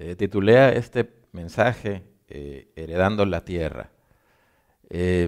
Titulé a este mensaje Heredando la Tierra. Eh,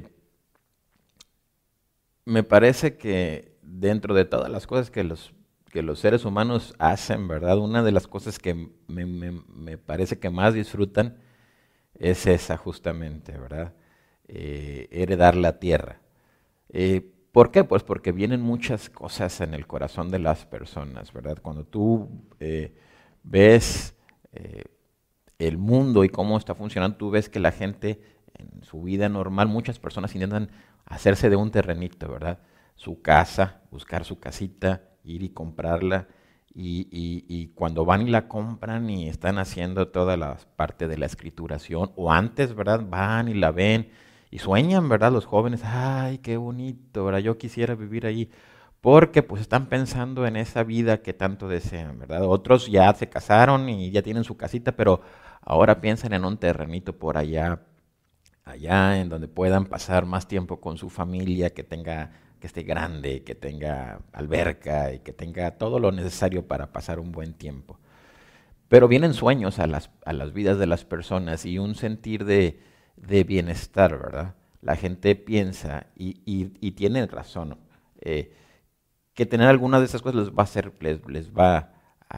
Me parece que dentro de todas las cosas que los seres humanos hacen, ¿verdad? Una de las cosas que me parece que más disfrutan es esa justamente, ¿verdad? Heredar la tierra. ¿Por qué? Pues porque vienen muchas cosas en el corazón de las personas, ¿verdad? Cuando tú ves eh, el mundo y cómo está funcionando, tú ves que la gente en su vida normal, muchas personas intentan hacerse de un terrenito, ¿verdad? Su casa, buscar su casita, ir y comprarla. Y cuando van y la compran y están haciendo toda la parte de la escrituración, o antes, ¿verdad? Van y la ven y sueñan, ¿verdad? Los jóvenes, ay, qué bonito, ¿verdad? Yo quisiera vivir ahí. Porque pues están pensando en esa vida que tanto desean, ¿verdad? Otros ya se casaron y ya tienen su casita, pero ahora piensan en un terrenito por allá en donde puedan pasar más tiempo con su familia, que esté grande, que tenga alberca y que tenga todo lo necesario para pasar un buen tiempo. Pero vienen sueños a las vidas de las personas y un sentir de bienestar, ¿verdad? La gente piensa y tiene razón, eh, que tener alguna de esas cosas les va a hacer, les va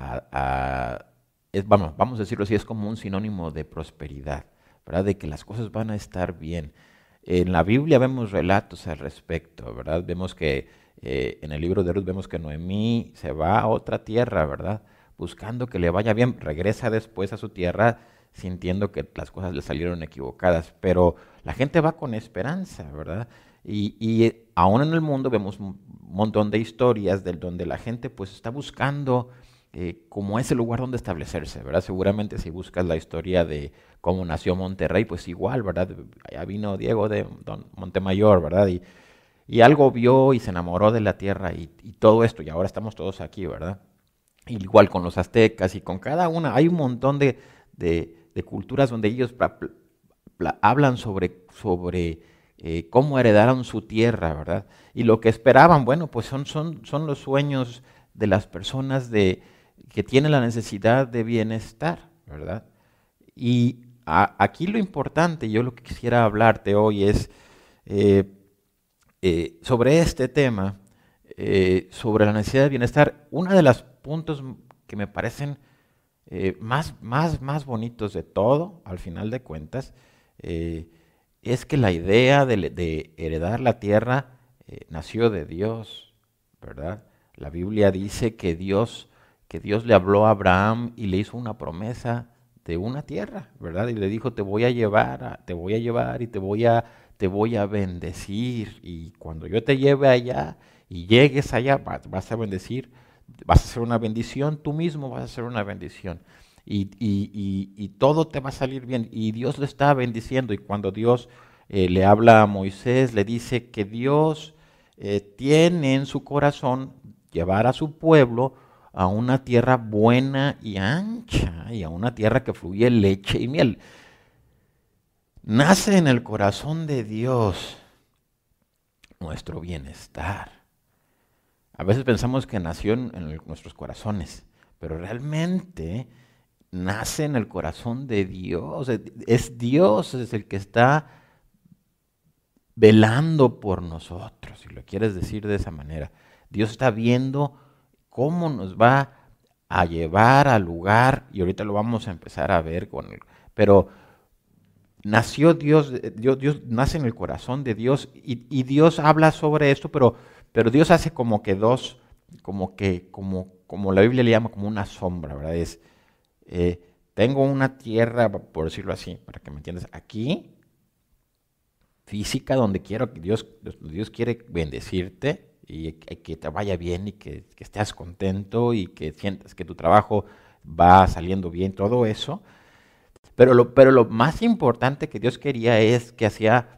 vamos a decirlo así, es como un sinónimo de prosperidad, ¿verdad? De que las cosas van a estar bien. En la Biblia vemos relatos al respecto, ¿verdad? Vemos que en el libro de Ruth vemos que Noemí se va a otra tierra, ¿verdad? Buscando que le vaya bien, regresa después a su tierra sintiendo que las cosas le salieron equivocadas, pero la gente va con esperanza, ¿verdad? Y aún en el mundo vemos un montón de historias donde la gente pues está buscando como ese lugar donde establecerse, ¿verdad? Seguramente si buscas la historia de cómo nació Monterrey, pues igual, ¿verdad? Allá vino Diego de Montemayor, ¿verdad? Y algo vio y se enamoró de la tierra y todo esto, y ahora estamos todos aquí, ¿verdad? Igual con los aztecas y con cada una, hay un montón de culturas donde ellos hablan sobre cómo heredaron su tierra, ¿verdad? Y lo que esperaban, bueno, pues son los sueños de las personas que tienen la necesidad de bienestar, ¿verdad? Y aquí lo importante, yo lo que quisiera hablarte hoy es eh, sobre este tema, sobre la necesidad de bienestar. Uno de los puntos que me parecen más bonitos de todo, al final de cuentas, eh, es que la idea de heredar la tierra nació de Dios, ¿verdad? La Biblia dice que Dios le habló a Abraham y le hizo una promesa de una tierra, ¿verdad? Y le dijo, te voy a llevar, te voy a llevar y te voy a bendecir. Y cuando yo te lleve allá y llegues allá, vas a bendecir, vas a hacer una bendición, tú mismo vas a hacer una bendición. Y todo te va a salir bien. Y Dios le está bendiciendo. Y cuando Dios le habla a Moisés, le dice que Dios tiene en su corazón llevar a su pueblo a una tierra buena y ancha, y a una tierra que fluye leche y miel. Nace en el corazón de Dios nuestro bienestar. A veces pensamos que nació en nuestros corazones, pero realmente nace en el corazón de Dios. Es Dios es el que está velando por nosotros, si lo quieres decir de esa manera. Dios está viendo cómo nos va a llevar al lugar, y ahorita lo vamos a empezar a ver pero nació Dios nace en el corazón de Dios y Dios habla sobre esto, pero Dios hace como que como la Biblia le llama, como una sombra, ¿verdad? Tengo una tierra, por decirlo así, para que me entiendas, aquí, física, donde Dios quiere bendecirte y que te vaya bien y que estés contento y que sientas que tu trabajo va saliendo bien, todo eso. Pero lo más importante que Dios quería es que hacía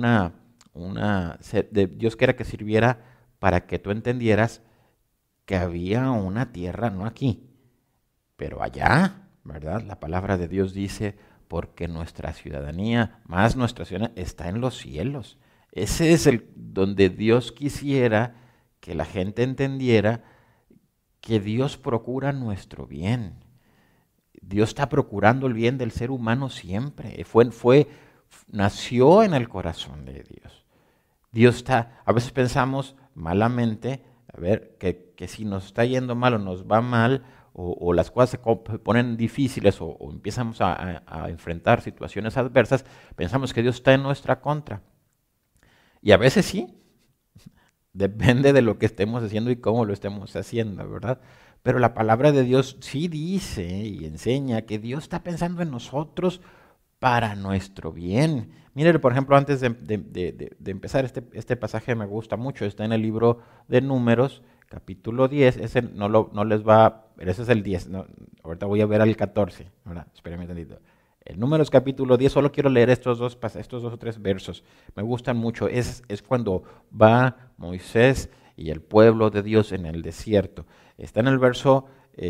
Dios quería que sirviera para que tú entendieras que había una tierra, no aquí, pero allá, ¿verdad? La palabra de Dios dice, porque nuestra ciudadanía, más nuestra ciudadanía, está en los cielos. Ese es el donde Dios quisiera que la gente entendiera que Dios procura nuestro bien. Dios está procurando el bien del ser humano siempre. Nació en el corazón de Dios. Dios está, a veces pensamos malamente, a ver, que si nos está yendo mal o nos va mal, o las cosas se ponen difíciles o empezamos a enfrentar situaciones adversas, pensamos que Dios está en nuestra contra. Y a veces sí, depende de lo que estemos haciendo y cómo lo estemos haciendo, ¿verdad? Pero la palabra de Dios sí dice y enseña que Dios está pensando en nosotros para nuestro bien. Miren, por ejemplo, antes de empezar, este pasaje me gusta mucho, está en el libro de Números, capítulo 10, ese no les va, ese es el 10, no, ahorita voy a ver al 14, ¿verdad? Espérenme un tantito. El Números capítulo 10, solo quiero leer estos dos o tres versos, me gustan mucho, es cuando va Moisés y el pueblo de Dios en el desierto. Está en el verso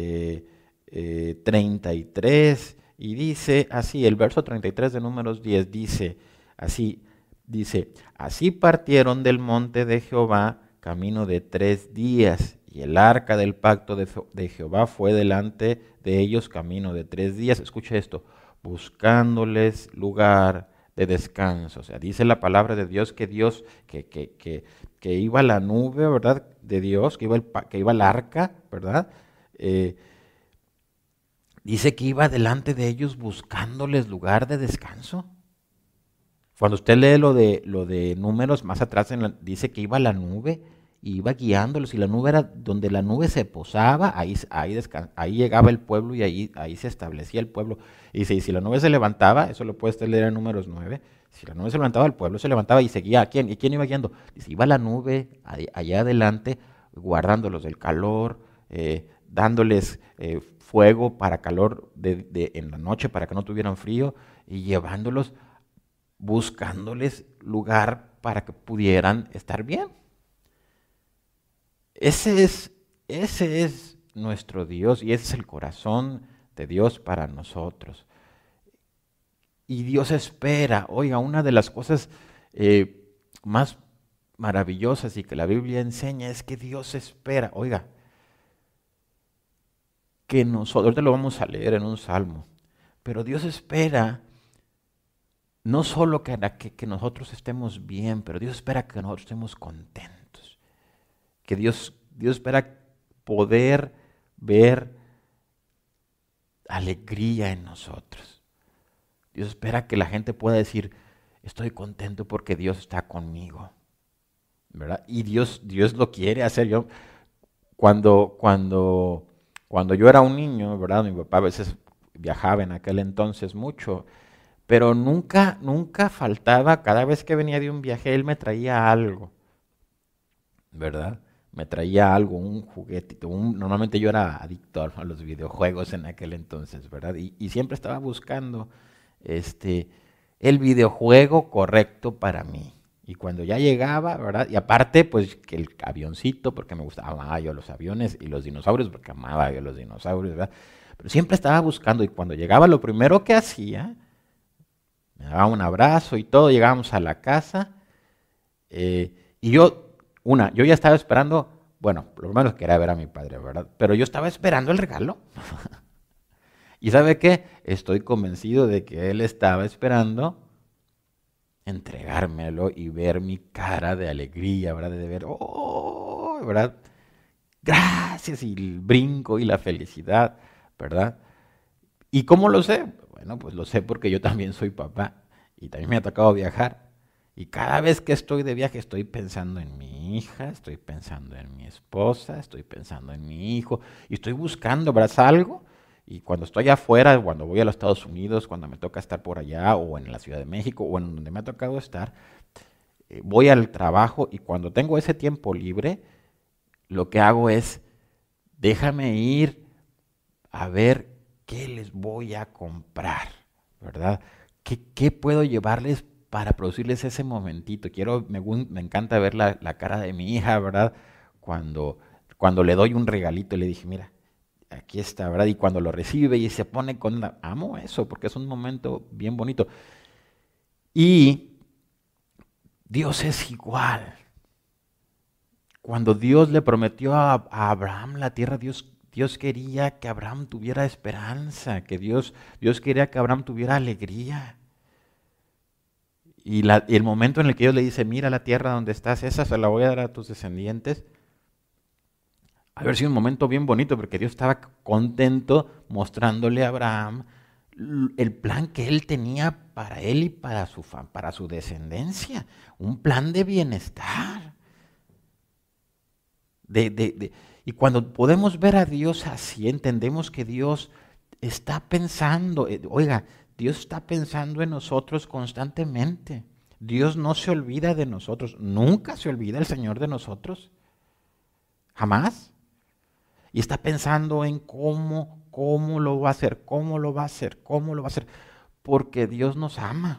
33 y dice así, el verso 33 de Números 10 dice así, así partieron del monte de Jehová camino de 3 días, y el arca del pacto de Jehová fue delante de ellos camino de 3 días. Escuche esto, buscándoles lugar de descanso. O sea, dice la palabra de Dios que que iba la nube, ¿verdad? De Dios, que iba el arca, ¿verdad? Dice que iba delante de ellos buscándoles lugar de descanso. Cuando usted lee lo de Números, más atrás dice que iba la nube y iba guiándolos, y la nube era donde la nube se posaba, ahí llegaba el pueblo y ahí se establecía el pueblo. Y si la nube se levantaba, eso lo puede usted leer en Números 9, si la nube se levantaba, el pueblo se levantaba y seguía. ¿A quién? ¿Y quién iba guiando? Dice, iba la nube allá adelante, guardándolos del calor, dándoles fuego para calor en la noche, para que no tuvieran frío, y llevándolos, buscándoles lugar para que pudieran estar bien. Ese es nuestro Dios, y ese es el corazón de Dios para nosotros. Y Dios espera, oiga, una de las cosas más maravillosas y que la Biblia enseña es que Dios espera, oiga, que nosotros, ahorita lo vamos a leer en un salmo, pero Dios espera no solo que nosotros estemos bien, pero Dios espera que nosotros estemos contentos. Que Dios espera poder ver alegría en nosotros. Dios espera que la gente pueda decir, estoy contento porque Dios está conmigo, ¿verdad? Y Dios lo quiere hacer. Cuando yo era un niño, ¿verdad? Mi papá a veces viajaba en aquel entonces mucho, pero nunca faltaba, cada vez que venía de un viaje, él me traía algo, ¿verdad? Me traía algo, un juguetito. Normalmente yo era adicto a los videojuegos en aquel entonces, ¿verdad? Y siempre estaba buscando el videojuego correcto para mí. Y cuando ya llegaba, ¿verdad? Y aparte, pues que el avioncito, porque me gustaba yo los aviones, y los dinosaurios, porque amaba yo los dinosaurios, ¿verdad? Pero siempre estaba buscando, y cuando llegaba, lo primero que hacía, me daba un abrazo y todo, llegábamos a la casa, y yo ya estaba esperando, bueno, lo menos quería ver a mi padre, ¿verdad? Pero yo estaba esperando el regalo. ¿Y sabe qué? Estoy convencido de que él estaba esperando entregármelo y ver mi cara de alegría, ¿verdad? De ver, oh, ¿verdad? Gracias, y el brinco y la felicidad, ¿verdad? ¿Y cómo lo sé? Bueno, pues lo sé porque yo también soy papá y también me ha tocado viajar. Y cada vez que estoy de viaje estoy pensando en mi hija, estoy pensando en mi esposa, estoy pensando en mi hijo y estoy buscando, ¿verdad? Algo. Y cuando estoy afuera, cuando voy a los Estados Unidos, cuando me toca estar por allá o en la Ciudad de México o en donde me ha tocado estar, voy al trabajo, y cuando tengo ese tiempo libre, lo que hago es, déjame ir a ver qué les voy a comprar, ¿verdad? ¿Qué puedo llevarles para producirles ese momentito? Me encanta ver la cara de mi hija, ¿verdad? Cuando le doy un regalito, le dije, mira, aquí está, ¿verdad? Y cuando lo recibe y se pone amo eso, porque es un momento bien bonito. Y Dios es igual. Cuando Dios le prometió a Abraham la tierra, Dios Dios quería que Abraham tuviera esperanza, que Dios quería que Abraham tuviera alegría. Y el momento en el que Dios le dice, mira la tierra donde estás, esa se la voy a dar a tus descendientes, haber sido un momento bien bonito porque Dios estaba contento mostrándole a Abraham el plan que él tenía para él y para su descendencia, un plan de bienestar. Y cuando podemos ver a Dios así, entendemos que Dios está pensando, oiga, Dios está pensando en nosotros constantemente. Dios no se olvida de nosotros, nunca se olvida el Señor de nosotros, jamás. Y está pensando en cómo lo va a hacer, cómo lo va a hacer, porque Dios nos ama.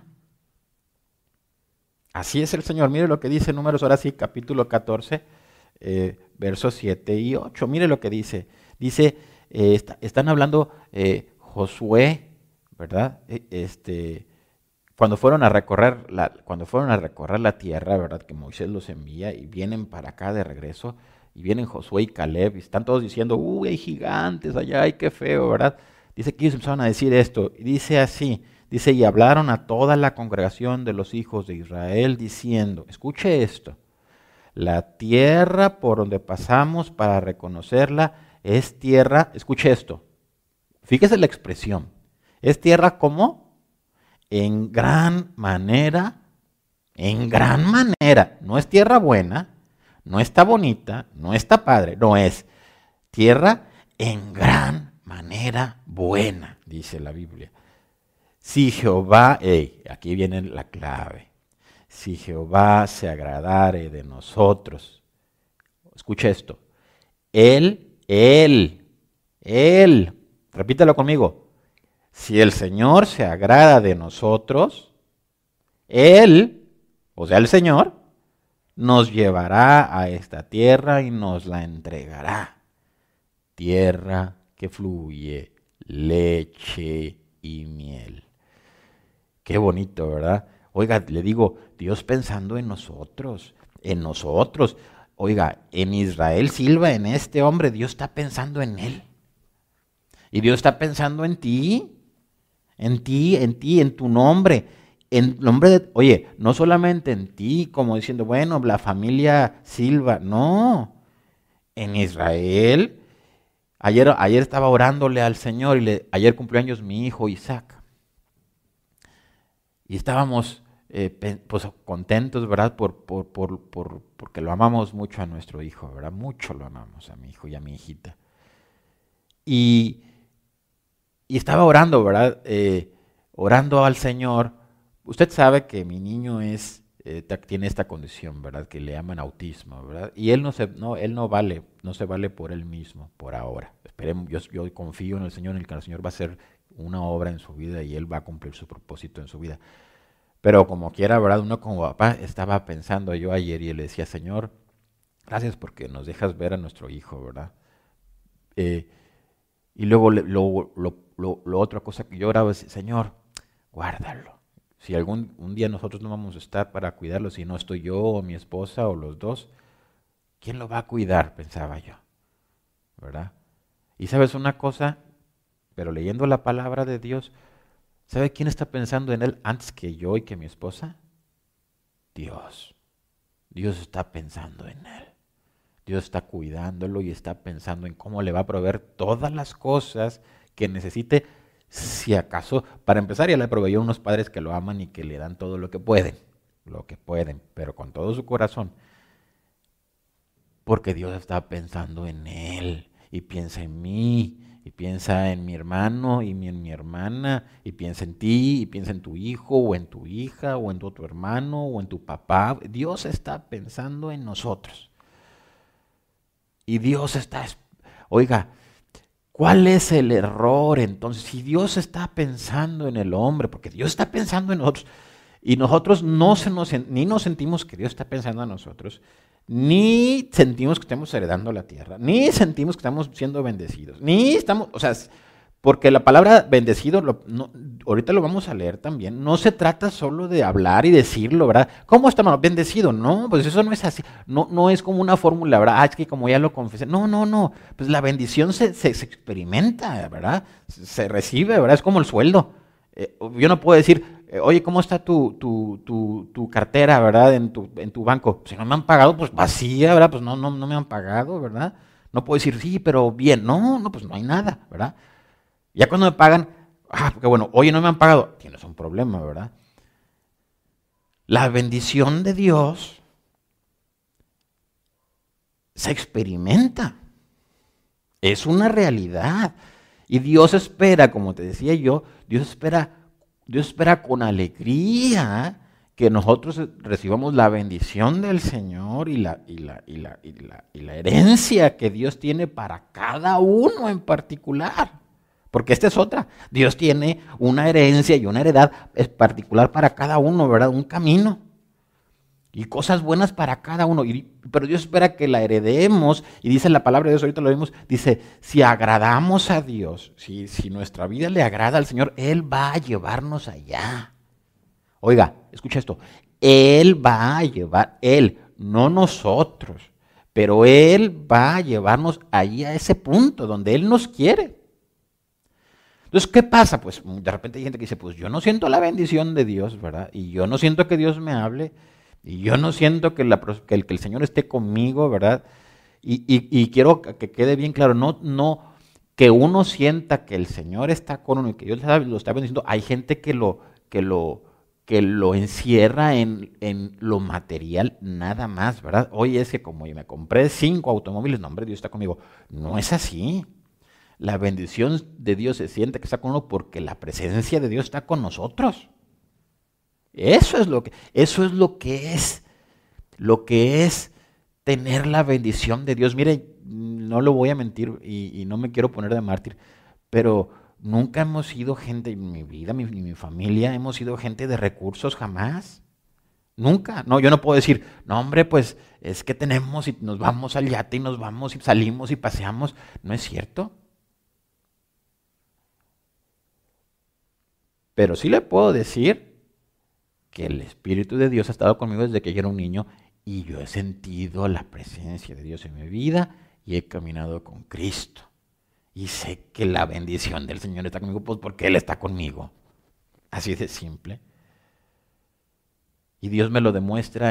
Así es el Señor. Mire lo que dice Números, ahora sí, capítulo 14, versos 7 y 8. Mire lo que dice. Dice, están hablando Josué, ¿verdad? Cuando fueron a recorrer la tierra, ¿verdad? Que Moisés los envía y vienen para acá de regreso. Y vienen Josué y Caleb y están todos diciendo, uy, hay gigantes allá, ay, qué feo, ¿verdad? Dice que ellos empezaron a decir esto. Y dice así, dice, y hablaron a toda la congregación de los hijos de Israel diciendo, escuche esto, la tierra por donde pasamos para reconocerla es tierra, escuche esto, fíjese la expresión, es tierra como en gran manera, no es tierra buena, no está bonita, no está padre, no es tierra en gran manera buena, dice la Biblia. Si Jehová, aquí viene la clave, si Jehová se agradare de nosotros, escucha esto, Él, repítelo conmigo, si el Señor se agrada de nosotros, Él, o sea el Señor, nos llevará a esta tierra y nos la entregará. Tierra que fluye leche y miel. Qué bonito, ¿verdad? Oiga, le digo, Dios pensando en nosotros. Oiga, en Israel Silva, en este hombre, Dios está pensando en él. Y Dios está pensando en ti, en tu nombre. En nombre de, oye, no solamente en ti, como diciendo, bueno, la familia Silva, no. En Israel, ayer estaba orándole al Señor y ayer cumplió años mi hijo Isaac. Y estábamos pues contentos, ¿verdad? Porque lo amamos mucho a nuestro hijo, ¿verdad? Mucho lo amamos a mi hijo y a mi hijita. Y estaba orando, ¿verdad? Orando al Señor. Usted sabe que mi niño tiene esta condición, ¿verdad? Que le llaman autismo, ¿verdad? Y él no se vale por él mismo, por ahora. Esperemos, yo confío en el Señor, en el que el Señor va a hacer una obra en su vida y él va a cumplir su propósito en su vida. Pero como quiera, ¿verdad? Uno como papá estaba pensando yo ayer y le decía, Señor, gracias porque nos dejas ver a nuestro hijo, ¿verdad? Y luego lo otra cosa que yo oraba es, Señor, guárdalo. Si un día nosotros no vamos a estar para cuidarlo, si no estoy yo o mi esposa o los dos, ¿quién lo va a cuidar? Pensaba yo, ¿verdad? Y sabes una cosa, pero leyendo la palabra de Dios, ¿sabe quién está pensando en él antes que yo y que mi esposa? Dios. Dios está pensando en él. Dios está cuidándolo y está pensando en cómo le va a proveer todas las cosas que necesite. Si acaso, para empezar, ya le proveyó unos padres que lo aman y que le dan todo lo que pueden, pero con todo su corazón. Porque Dios está pensando en él y piensa en mí y piensa en mi hermano y en mi hermana y piensa en ti y piensa en tu hijo o en tu hija o en tu otro hermano o en tu papá. Dios está pensando en nosotros. Y Dios está, oiga, ¿cuál es el error entonces? Si Dios está pensando en el hombre, porque Dios está pensando en nosotros, y nosotros ni nos sentimos que Dios está pensando en nosotros, ni sentimos que estamos heredando la tierra, ni sentimos que estamos siendo bendecidos, ni estamos, o sea, porque la palabra bendecido, ahorita lo vamos a leer también, no se trata solo de hablar y decirlo, ¿verdad? ¿Cómo está, hermano? Bendecido. No, pues eso no es así. No, no es como una fórmula, ¿verdad? Ah, es que como ya lo confesé. No, no, no. Pues la bendición se experimenta, ¿verdad? Se recibe, ¿verdad? Es como el sueldo. Yo no puedo decir, oye, ¿cómo está tu cartera, ¿verdad? En tu banco. Si no me han pagado, pues vacía, ¿verdad? Pues no me han pagado, ¿verdad? No puedo decir, sí, pero bien. No, no, pues no hay nada, ¿verdad? Ya cuando me pagan, porque bueno, oye, no me han pagado, tienes un problema, ¿verdad? La bendición de Dios se experimenta, es una realidad. Y Dios espera, como te decía yo, Dios espera con alegría que nosotros recibamos la bendición del Señor y la herencia que Dios tiene para cada uno en particular. Porque esta es otra. Dios tiene una herencia y una heredad particular para cada uno, ¿verdad? Un camino. Y cosas buenas para cada uno. Pero Dios espera que la heredemos. Y dice la palabra de Dios, ahorita lo vimos, dice, si agradamos a Dios, si nuestra vida le agrada al Señor, Él va a llevarnos allá. Oiga, escucha esto. Él va a llevar, Él, no nosotros. Pero Él va a llevarnos allí a ese punto donde Él nos quiere. Entonces, ¿qué pasa? Pues de repente hay gente que dice, pues yo no siento la bendición de Dios, ¿verdad? Y yo no siento que Dios me hable, y yo no siento que el Señor esté conmigo, ¿verdad? Y quiero que quede bien claro, no que uno sienta que el Señor está con uno y que Dios lo está bendiciendo. Hay gente que lo encierra en lo material nada más, ¿verdad? Oye, es que como me compré 5 automóviles, no, hombre, Dios está conmigo. No es así. La bendición de Dios se siente que está con uno porque la presencia de Dios está con nosotros. Eso es lo que es tener la bendición de Dios. Mire, no lo voy a mentir y no me quiero poner de mártir, pero nunca hemos sido gente en mi vida, ni mi familia, hemos sido gente de recursos jamás. Nunca. No, yo no puedo decir, no, hombre, pues es que tenemos y nos vamos al yate y nos vamos y salimos y paseamos. No es cierto. Pero sí le puedo decir que el Espíritu de Dios ha estado conmigo desde que yo era un niño y yo he sentido la presencia de Dios en mi vida y he caminado con Cristo. Y sé que la bendición del Señor está conmigo, pues porque Él está conmigo. Así de simple. Y Dios me lo demuestra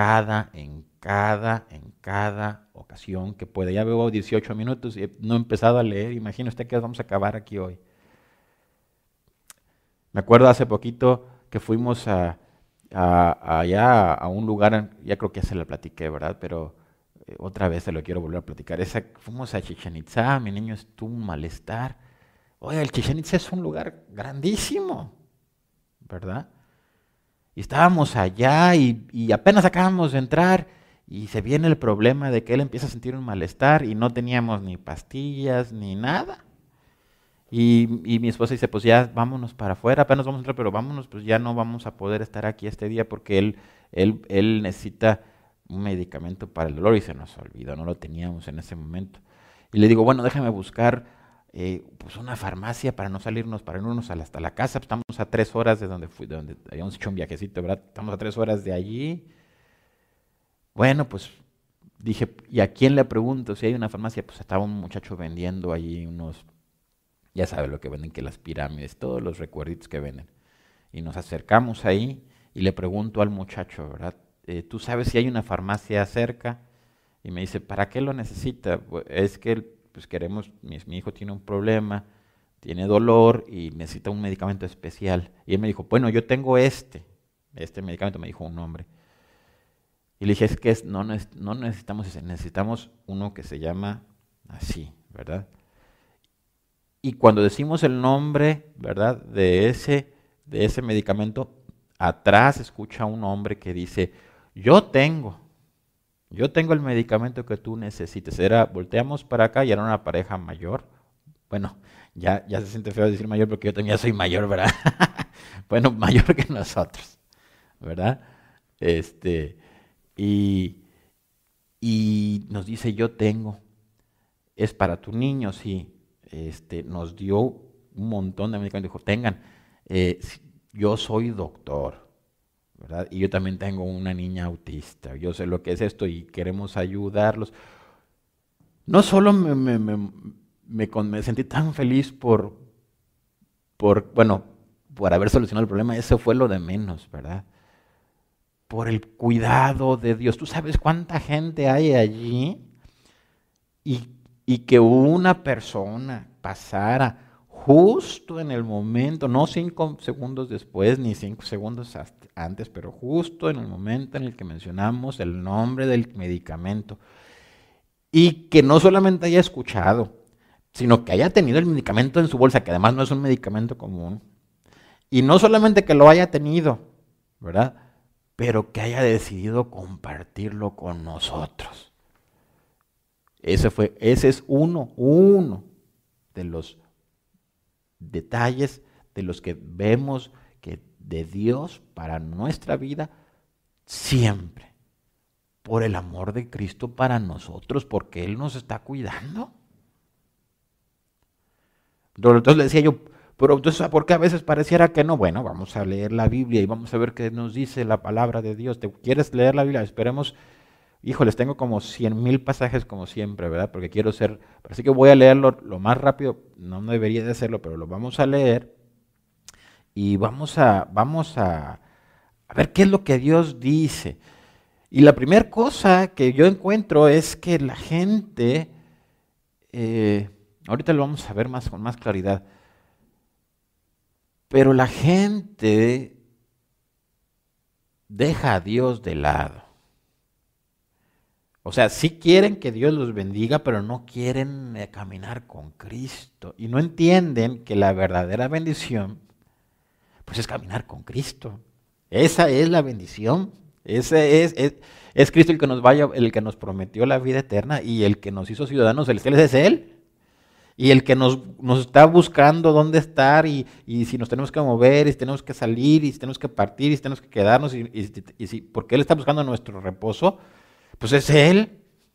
en cada ocasión que puede. Ya veo 18 minutos y no he empezado a leer. Imagina usted que vamos a acabar aquí hoy. Me acuerdo hace poquito que fuimos allá a un lugar, ya creo que ya se lo platiqué, ¿verdad? Pero otra vez se lo quiero volver a platicar. Fuimos a Chichén Itzá, mi niño estuvo un malestar. Oye, el Chichén Itzá es un lugar grandísimo, ¿verdad? Y estábamos allá y apenas acabamos de entrar y se viene el problema de que él empieza a sentir un malestar y no teníamos ni pastillas ni nada. Y mi esposa dice, pues ya vámonos para afuera, apenas vamos a entrar, pero vámonos, pues ya no vamos a poder estar aquí este día porque él necesita un medicamento para el dolor y se nos olvidó, no lo teníamos en ese momento. Y le digo, bueno, déjame buscar pues una farmacia para no salirnos, para irnos hasta la casa. Pues estamos a 3 horas de donde habíamos hecho un viajecito, ¿verdad? Estamos a 3 horas de allí. Bueno, pues dije, ¿y a quién le pregunto si hay una farmacia? Pues estaba un muchacho vendiendo allí unos, ya sabe lo que venden, que las pirámides, todos los recuerditos que venden. Y nos acercamos ahí y le pregunto al muchacho, ¿verdad? ¿Tú sabes si hay una farmacia cerca? Y me dice, ¿para qué lo necesita? Pues es que pues queremos, mi hijo tiene un problema, tiene dolor y necesita un medicamento especial. Y él me dijo, bueno, yo tengo este medicamento, me dijo un nombre. Y le dije, es que no necesitamos ese, necesitamos uno que se llama así, ¿verdad? Y cuando decimos el nombre, ¿verdad? De ese medicamento, atrás escucha un hombre que dice, yo tengo el medicamento que tú necesites. Volteamos para acá y era una pareja mayor. Bueno, ya se siente feo decir mayor porque yo también soy mayor, ¿verdad? Bueno, mayor que nosotros, ¿verdad? Este, y, y nos dice, yo tengo, es para tu niño, sí. Nos dio un montón de medicamentos, dijo, tengan. yo soy doctor, ¿verdad? Y yo también tengo una niña autista, yo sé lo que es esto y queremos ayudarlos. No solo me sentí tan feliz bueno, por haber solucionado el problema, eso fue lo de menos, ¿verdad? Por el cuidado de Dios. ¿Tú sabes cuánta gente hay allí? Y, y que una persona pasara justo en el momento, no 5 segundos después, ni 5 segundos antes, pero justo en el momento en el que mencionamos el nombre del medicamento. Y que no solamente haya escuchado, sino que haya tenido el medicamento en su bolsa, que además no es un medicamento común. Y no solamente que lo haya tenido, ¿verdad? Pero que haya decidido compartirlo con nosotros. Ese es uno de los detalles de los que vemos que de Dios para nuestra vida siempre, por el amor de Cristo para nosotros, porque Él nos está cuidando. Entonces le decía yo, pero entonces, ¿por qué a veces pareciera que no? Bueno, vamos a leer la Biblia y vamos a ver qué nos dice la palabra de Dios. ¿Te quieres leer la Biblia? Esperemos. Híjoles, tengo como 100,000 pasajes como siempre, ¿verdad? Porque quiero ser, así que voy a leerlo lo más rápido, no debería de hacerlo, pero lo vamos a leer y vamos a ver qué es lo que Dios dice. Y la primera cosa que yo encuentro es que la gente, ahorita lo vamos a ver con más claridad, pero la gente deja a Dios de lado. O sea, sí quieren que Dios los bendiga, pero no quieren caminar con Cristo. Y no entienden que la verdadera bendición, pues es caminar con Cristo. Esa es la bendición. Es Cristo el que nos prometió la vida eterna y el que nos hizo ciudadanos celestiales es Él. Y el que nos está buscando dónde estar y si nos tenemos que mover, y si tenemos que salir, y si tenemos que partir, y si tenemos que quedarnos, porque Él está buscando nuestro reposo, pues es Él.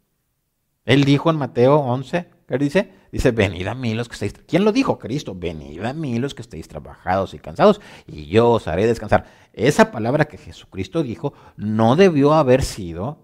Él dijo en Mateo 11, ¿qué dice? Dice, venid a mí los que estéis... ¿Quién lo dijo? Cristo. Venid a mí los que estéis trabajados y cansados y yo os haré descansar. Esa palabra que Jesucristo dijo no debió haber sido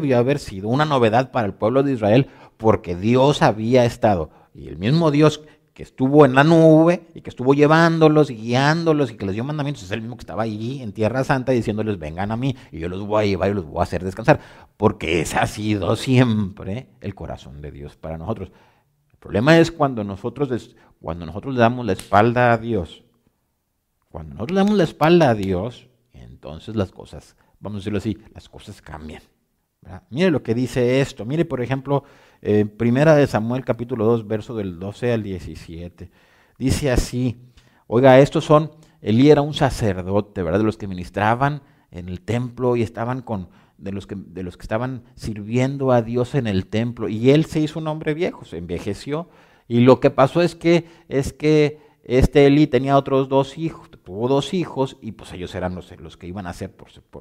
una novedad para el pueblo de Israel porque Dios había estado. Y el mismo Dios que estuvo en la nube y que estuvo llevándolos y guiándolos y que les dio mandamientos, es el mismo que estaba allí en Tierra Santa diciéndoles, vengan a mí y yo los voy a llevar y los voy a hacer descansar, porque ese ha sido siempre el corazón de Dios para nosotros. El problema es cuando nosotros le damos la espalda a Dios. Cuando nosotros le damos la espalda a Dios, entonces las cosas, vamos a decirlo así, las cosas cambian. ¿Verdad? Mire lo que dice esto. Mire, por ejemplo, Primera de Samuel capítulo 2, verso del 12 al 17. Dice así, oiga, Elí era un sacerdote, ¿verdad? De los que ministraban en el templo y estaban de los que estaban sirviendo a Dios en el templo. Y él se hizo un hombre viejo, se envejeció. Y lo que pasó es que este Elí tenía otros 2 hijos, tuvo 2 hijos y pues ellos eran los que iban a ser,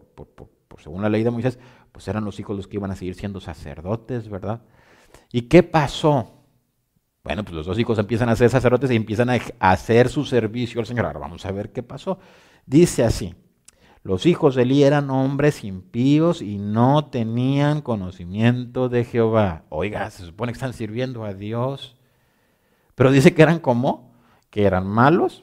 según la ley de Moisés, pues eran los hijos los que iban a seguir siendo sacerdotes, ¿verdad? ¿Y qué pasó? Bueno, pues los 2 hijos empiezan a ser sacerdotes y empiezan a hacer su servicio al Señor. Ahora vamos a ver qué pasó. Dice así, los hijos de Elí eran hombres impíos y no tenían conocimiento de Jehová. Oiga, se supone que están sirviendo a Dios, pero dice que eran ¿cómo? Que eran malos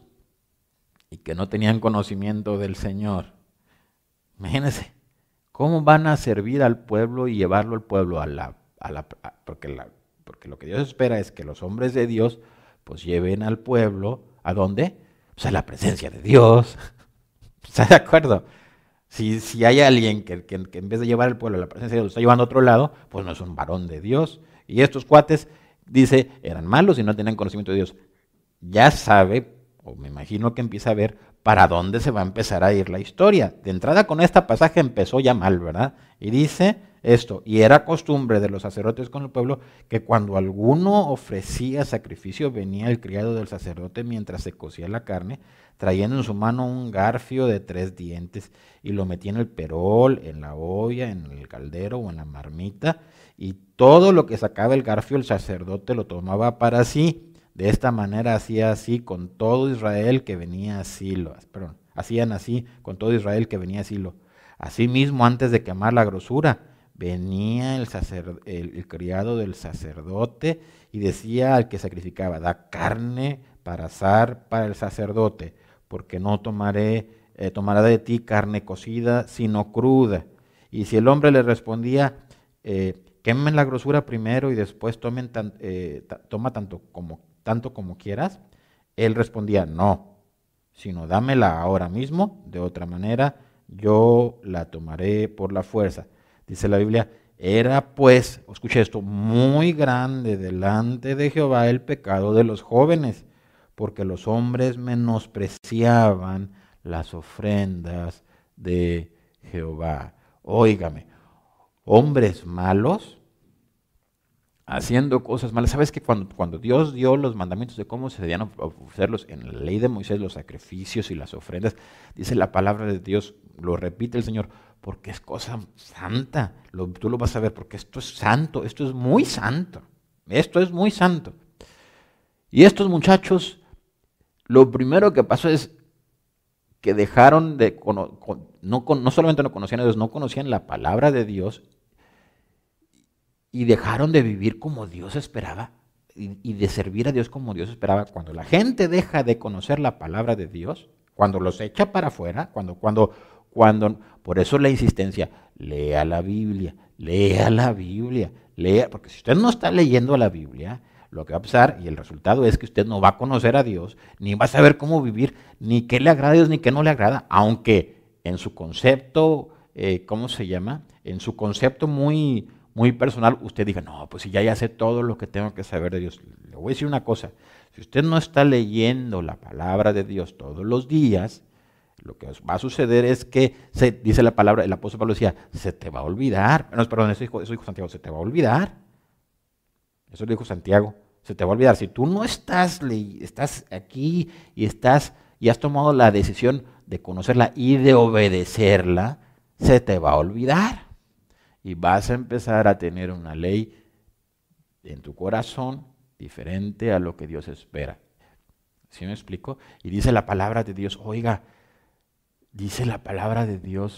y que no tenían conocimiento del Señor. Imagínense, ¿cómo van a servir al pueblo y llevarlo al pueblo porque lo que Dios espera es que los hombres de Dios pues lleven al pueblo, ¿a dónde? Pues a la presencia de Dios. ¿Está de acuerdo? Si hay alguien que en vez de llevar al pueblo a la presencia de Dios lo está llevando a otro lado, pues no es un varón de Dios. Y estos cuates, dice, eran malos y no tenían conocimiento de Dios. Ya sabe, o me imagino que empieza a ver para dónde se va a empezar a ir la historia. De entrada con este pasaje empezó ya mal, ¿verdad? Y dice esto, y era costumbre de los sacerdotes con el pueblo que cuando alguno ofrecía sacrificio venía el criado del sacerdote mientras se cocía la carne, trayendo en su mano un garfio de 3 dientes y lo metía en el perol, en la olla, en el caldero o en la marmita, y todo lo que sacaba el garfio el sacerdote lo tomaba para sí. De esta manera hacía así con todo Israel que venía a Silo. Perdón, hacían así con todo Israel que venía a Silo. Asimismo, antes de quemar la grosura, venía el criado del sacerdote y decía al que sacrificaba, da carne para asar para el sacerdote, porque no tomará de ti carne cocida, sino cruda. Y si el hombre le respondía, quemen la grosura primero y después toma tanto como quieras, él respondía, no, sino dámela ahora mismo, de otra manera yo la tomaré por la fuerza. Dice la Biblia, era pues, escuche esto, muy grande delante de Jehová el pecado de los jóvenes, porque los hombres menospreciaban las ofrendas de Jehová. Óigame, hombres malos haciendo cosas malas. ¿Sabes que cuando Dios dio los mandamientos de cómo se debían ofrecerlos en la ley de Moisés, los sacrificios y las ofrendas, dice la palabra de Dios, lo repite el Señor, porque es cosa santa. Tú lo vas a ver, porque esto es santo, esto es muy santo. Esto es muy santo. Y estos muchachos, lo primero que pasó es que dejaron de, no solamente no conocían a Dios, no conocían la palabra de Dios, y dejaron de vivir como Dios esperaba y de servir a Dios como Dios esperaba. Cuando la gente deja de conocer la palabra de Dios, cuando los echa para afuera, por eso la insistencia, lea la Biblia, porque si usted no está leyendo la Biblia, lo que va a pasar y el resultado es que usted no va a conocer a Dios, ni va a saber cómo vivir, ni qué le agrada a Dios, ni qué no le agrada, aunque en su concepto, ¿cómo se llama? En su concepto muy personal, usted diga, no, pues si ya sé todo lo que tengo que saber de Dios. Le voy a decir una cosa, si usted no está leyendo la palabra de Dios todos los días, lo que va a suceder es que, dice la palabra, el apóstol Pablo decía, se te va a olvidar. No, perdón, eso dijo Santiago, se te va a olvidar. Eso lo dijo Santiago, se te va a olvidar. Si tú no estás aquí y has tomado la decisión de conocerla y de obedecerla, se te va a olvidar. Y vas a empezar a tener una ley en tu corazón diferente a lo que Dios espera. ¿Sí me explico? Y dice la palabra de Dios, oiga, dice la palabra de Dios,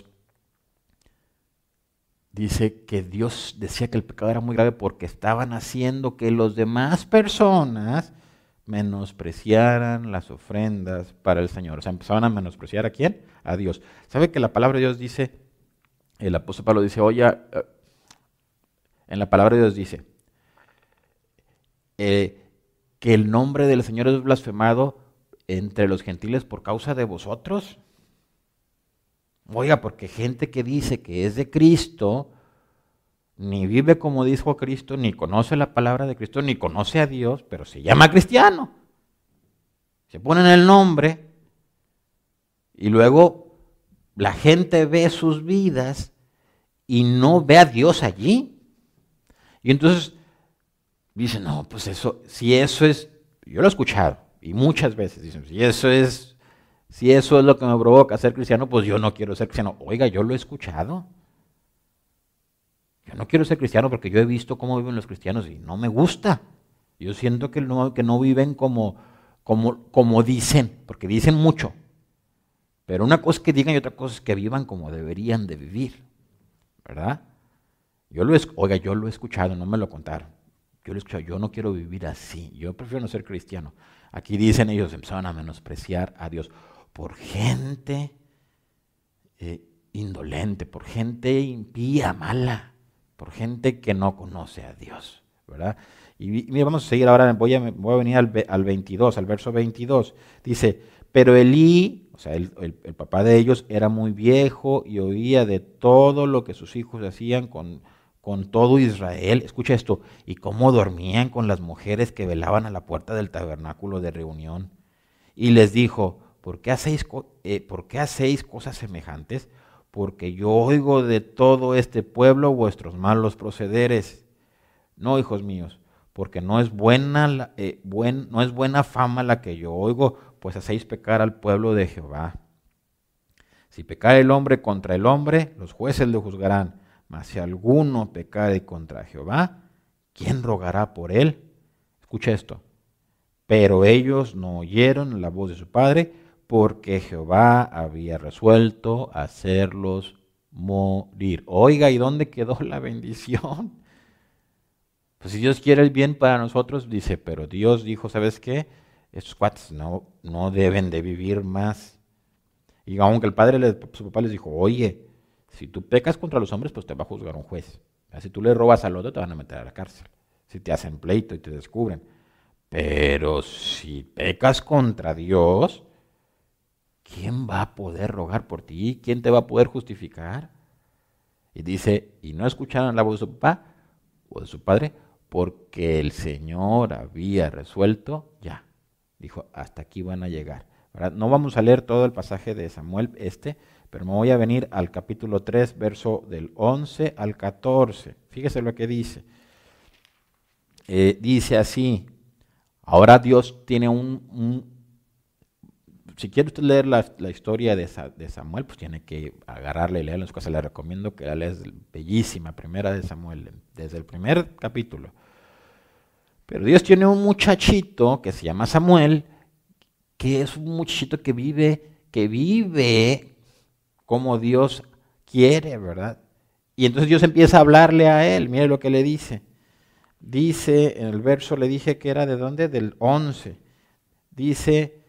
dice que Dios decía que el pecado era muy grave porque estaban haciendo que las demás personas menospreciaran las ofrendas para el Señor. O sea, empezaban a menospreciar ¿a quién? A Dios. ¿Sabe que la palabra de Dios dice? El apóstol Pablo dice, oye, en la palabra de Dios dice que el nombre del Señor es blasfemado entre los gentiles por causa de vosotros. Oiga, porque gente que dice que es de Cristo, ni vive como dijo Cristo, ni conoce la palabra de Cristo, ni conoce a Dios, pero se llama cristiano. Se ponen el nombre y luego la gente ve sus vidas y no ve a Dios allí. Y entonces dicen, no, pues eso, si eso es, yo lo he escuchado, y muchas veces dicen, si eso es lo que me provoca ser cristiano, pues yo no quiero ser cristiano. Oiga, yo lo he escuchado. Yo no quiero ser cristiano porque yo he visto cómo viven los cristianos y no me gusta. Yo siento que no viven como dicen, porque dicen mucho. Pero una cosa es que digan y otra cosa es que vivan como deberían de vivir, ¿verdad? Yo lo he escuchado, no me lo contaron. Yo lo he escuchado, yo no quiero vivir así, yo prefiero no ser cristiano. Aquí dicen ellos, empezaron a menospreciar a Dios por gente indolente, por gente impía, mala, por gente que no conoce a Dios, ¿verdad? Y mira, vamos a seguir ahora, voy a venir al 22, al verso 22. Dice, pero Elí, o sea, el papá de ellos, era muy viejo y oía de todo lo que sus hijos hacían con todo Israel. Escucha esto, y cómo dormían con las mujeres que velaban a la puerta del tabernáculo de reunión. Y les dijo, ¿por qué hacéis cosas semejantes? Porque yo oigo de todo este pueblo vuestros malos procederes. No, hijos míos, porque no es buena fama la que yo oigo, pues hacéis pecar al pueblo de Jehová. Si pecare el hombre contra el hombre, los jueces le juzgarán. Mas si alguno pecare contra Jehová, ¿quién rogará por él? Escucha esto. Pero ellos no oyeron la voz de su padre, porque Jehová había resuelto hacerlos morir. Oiga, ¿y dónde quedó la bendición? Pues si Dios quiere el bien para nosotros, dice, pero Dios dijo, ¿sabes qué? Estos cuates no deben de vivir más. Y aunque el padre, su papá les dijo, oye, si tú pecas contra los hombres, pues te va a juzgar un juez. Si tú le robas al otro, te van a meter a la cárcel. Si te hacen pleito y te descubren. Pero si pecas contra Dios, ¿quién va a poder rogar por ti? ¿Quién te va a poder justificar? Y dice, y no escucharon la voz de su papá o de su padre, porque el Señor había resuelto, ya, dijo, hasta aquí van a llegar. ¿Verdad? No vamos a leer todo el pasaje de Samuel pero me voy a venir al capítulo 3, verso del 11 al 14. Fíjese lo que dice. Dice así, ahora Dios tiene si quiere usted leer la historia de Samuel, pues tiene que agarrarla y leerla en su casa. Le recomiendo que la lea, es bellísima, primera de Samuel, desde el primer capítulo. Pero Dios tiene un muchachito que se llama Samuel, que es un muchachito que vive como Dios quiere, ¿verdad? Y entonces Dios empieza a hablarle a él. Mire lo que le dice. Dice, en el verso le dije que era de dónde, del 11. Dice,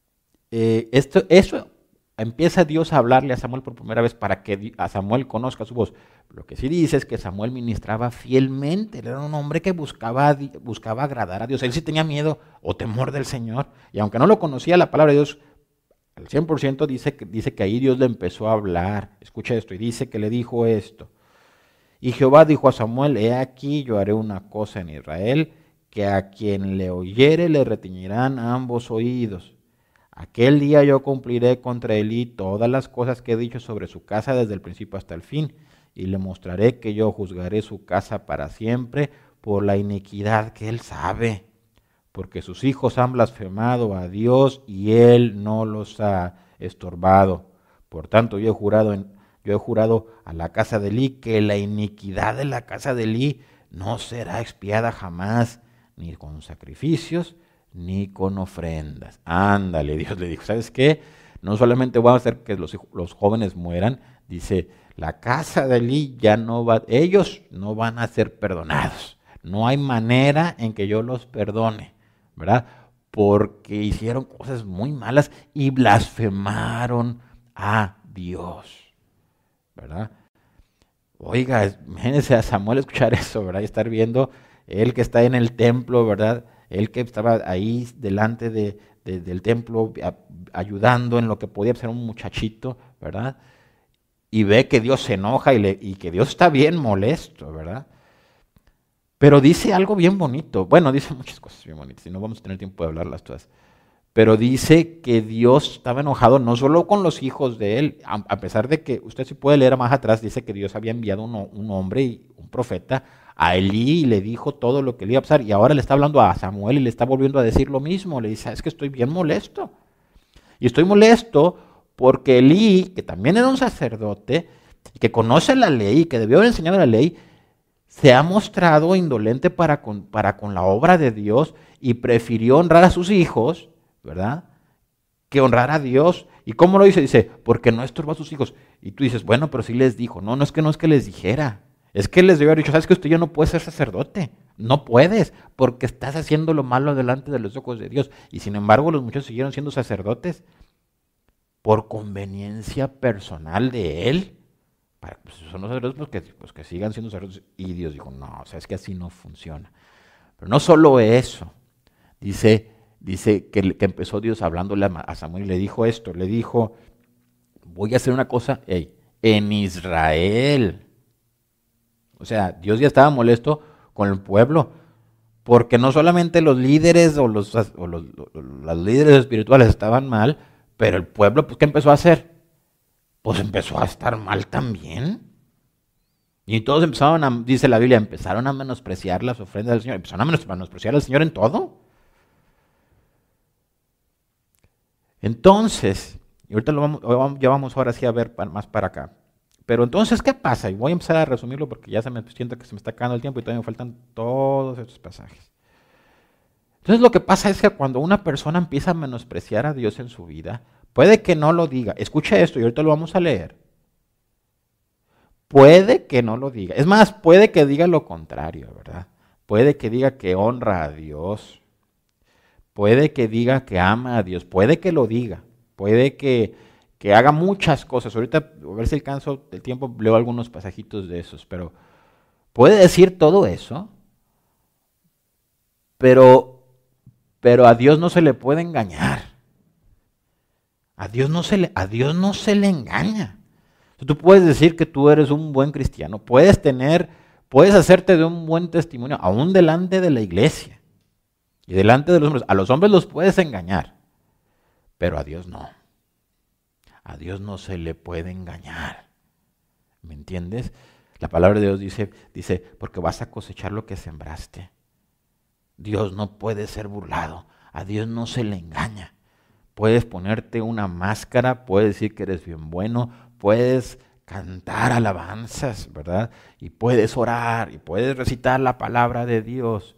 eso empieza Dios a hablarle a Samuel por primera vez para que a Samuel conozca su voz. Lo que sí dice es que Samuel ministraba fielmente. Él era un hombre que buscaba agradar a Dios. Él sí tenía miedo o temor del Señor. Y aunque no lo conocía la palabra de Dios al 100%, dice que ahí Dios le empezó a hablar. Escucha esto, y dice que le dijo esto. Y Jehová dijo a Samuel, he aquí yo haré una cosa en Israel, que a quien le oyere le retiñirán ambos oídos. Aquel día yo cumpliré contra Elí todas las cosas que he dicho sobre su casa desde el principio hasta el fin, y le mostraré que yo juzgaré su casa para siempre por la iniquidad que él sabe, porque sus hijos han blasfemado a Dios y él no los ha estorbado. Por tanto, yo he jurado a la casa de Elí que la iniquidad de la casa de Elí no será expiada jamás, ni con sacrificios, ni con ofrendas. Ándale, Dios le dijo, ¿sabes qué? No solamente voy a hacer que los jóvenes mueran, dice, la casa de Elí ya no va, ellos no van a ser perdonados. No hay manera en que yo los perdone, ¿verdad? Porque hicieron cosas muy malas y blasfemaron a Dios, ¿verdad? Oiga, imagínense a Samuel escuchar eso, ¿verdad? Y estar viendo él que está en el templo, ¿verdad? Él que estaba ahí delante del templo ayudando en lo que podía ser un muchachito, ¿verdad? Y ve que Dios se enoja y que Dios está bien molesto, ¿verdad? Pero dice algo bien bonito. Bueno, dice muchas cosas bien bonitas y no vamos a tener tiempo de hablarlas todas. Pero dice que Dios estaba enojado no solo con los hijos de él, a pesar de que usted sí puede leer más atrás, dice que Dios había enviado un hombre, un profeta, a Elí y le dijo todo lo que le iba a pasar. Y ahora le está hablando a Samuel y le está volviendo a decir lo mismo. Le dice, es que estoy bien molesto. Y estoy molesto porque Elí, que también era un sacerdote, que conoce la ley, que debió haber enseñado la ley, se ha mostrado indolente para con la obra de Dios y prefirió honrar a sus hijos, ¿verdad?, que honrar a Dios. ¿Y cómo lo dice? Dice, porque no estorba a sus hijos. Y tú dices, bueno, pero sí les dijo. No es que les dijera. Es que les debió haber dicho, ¿sabes que usted ya no puede ser sacerdote? No puedes, porque estás haciendo lo malo delante de los ojos de Dios. Y sin embargo, los muchachos siguieron siendo sacerdotes por conveniencia personal de él. Pues son los sacerdotes pues que sigan siendo sacerdotes. Y Dios dijo, no, o sea, es que así no funciona. Pero no solo eso. Dice que empezó Dios hablándole a Samuel y le dijo esto. Le dijo, voy a hacer una cosa en Israel. O sea, Dios ya estaba molesto con el pueblo. Porque no solamente los líderes o los líderes espirituales estaban mal, pero el pueblo, pues, ¿qué empezó a hacer? Pues empezó a estar mal también. Y todos empezaron dice la Biblia, empezaron a menospreciar las ofrendas del Señor. Empezaron a menospreciar al Señor en todo. Entonces, y ahorita ya vamos ahora sí a ver más para acá. Pero entonces, ¿qué pasa? Y voy a empezar a resumirlo porque ya siento que se me está acabando el tiempo y todavía me faltan todos estos pasajes. Entonces lo que pasa es que cuando una persona empieza a menospreciar a Dios en su vida, puede que no lo diga. Escucha esto y ahorita lo vamos a leer. Puede que no lo diga. Es más, puede que diga lo contrario, ¿verdad? Puede que diga que honra a Dios. Puede que diga que ama a Dios. Puede que lo diga. Puede que haga muchas cosas. Ahorita, a ver si alcanzo el tiempo, leo algunos pasajitos de esos, pero puede decir todo eso, pero a Dios no se le puede engañar. A Dios no se le engaña. Tú puedes decir que tú eres un buen cristiano, puedes hacerte de un buen testimonio, aún delante de la iglesia y delante de los hombres. A los hombres los puedes engañar, pero a Dios no. A Dios no se le puede engañar. ¿Me entiendes? La palabra de Dios dice, porque vas a cosechar lo que sembraste. Dios no puede ser burlado. A Dios no se le engaña. Puedes ponerte una máscara, puedes decir que eres bien bueno, puedes cantar alabanzas, ¿verdad? Y puedes orar y puedes recitar la palabra de Dios.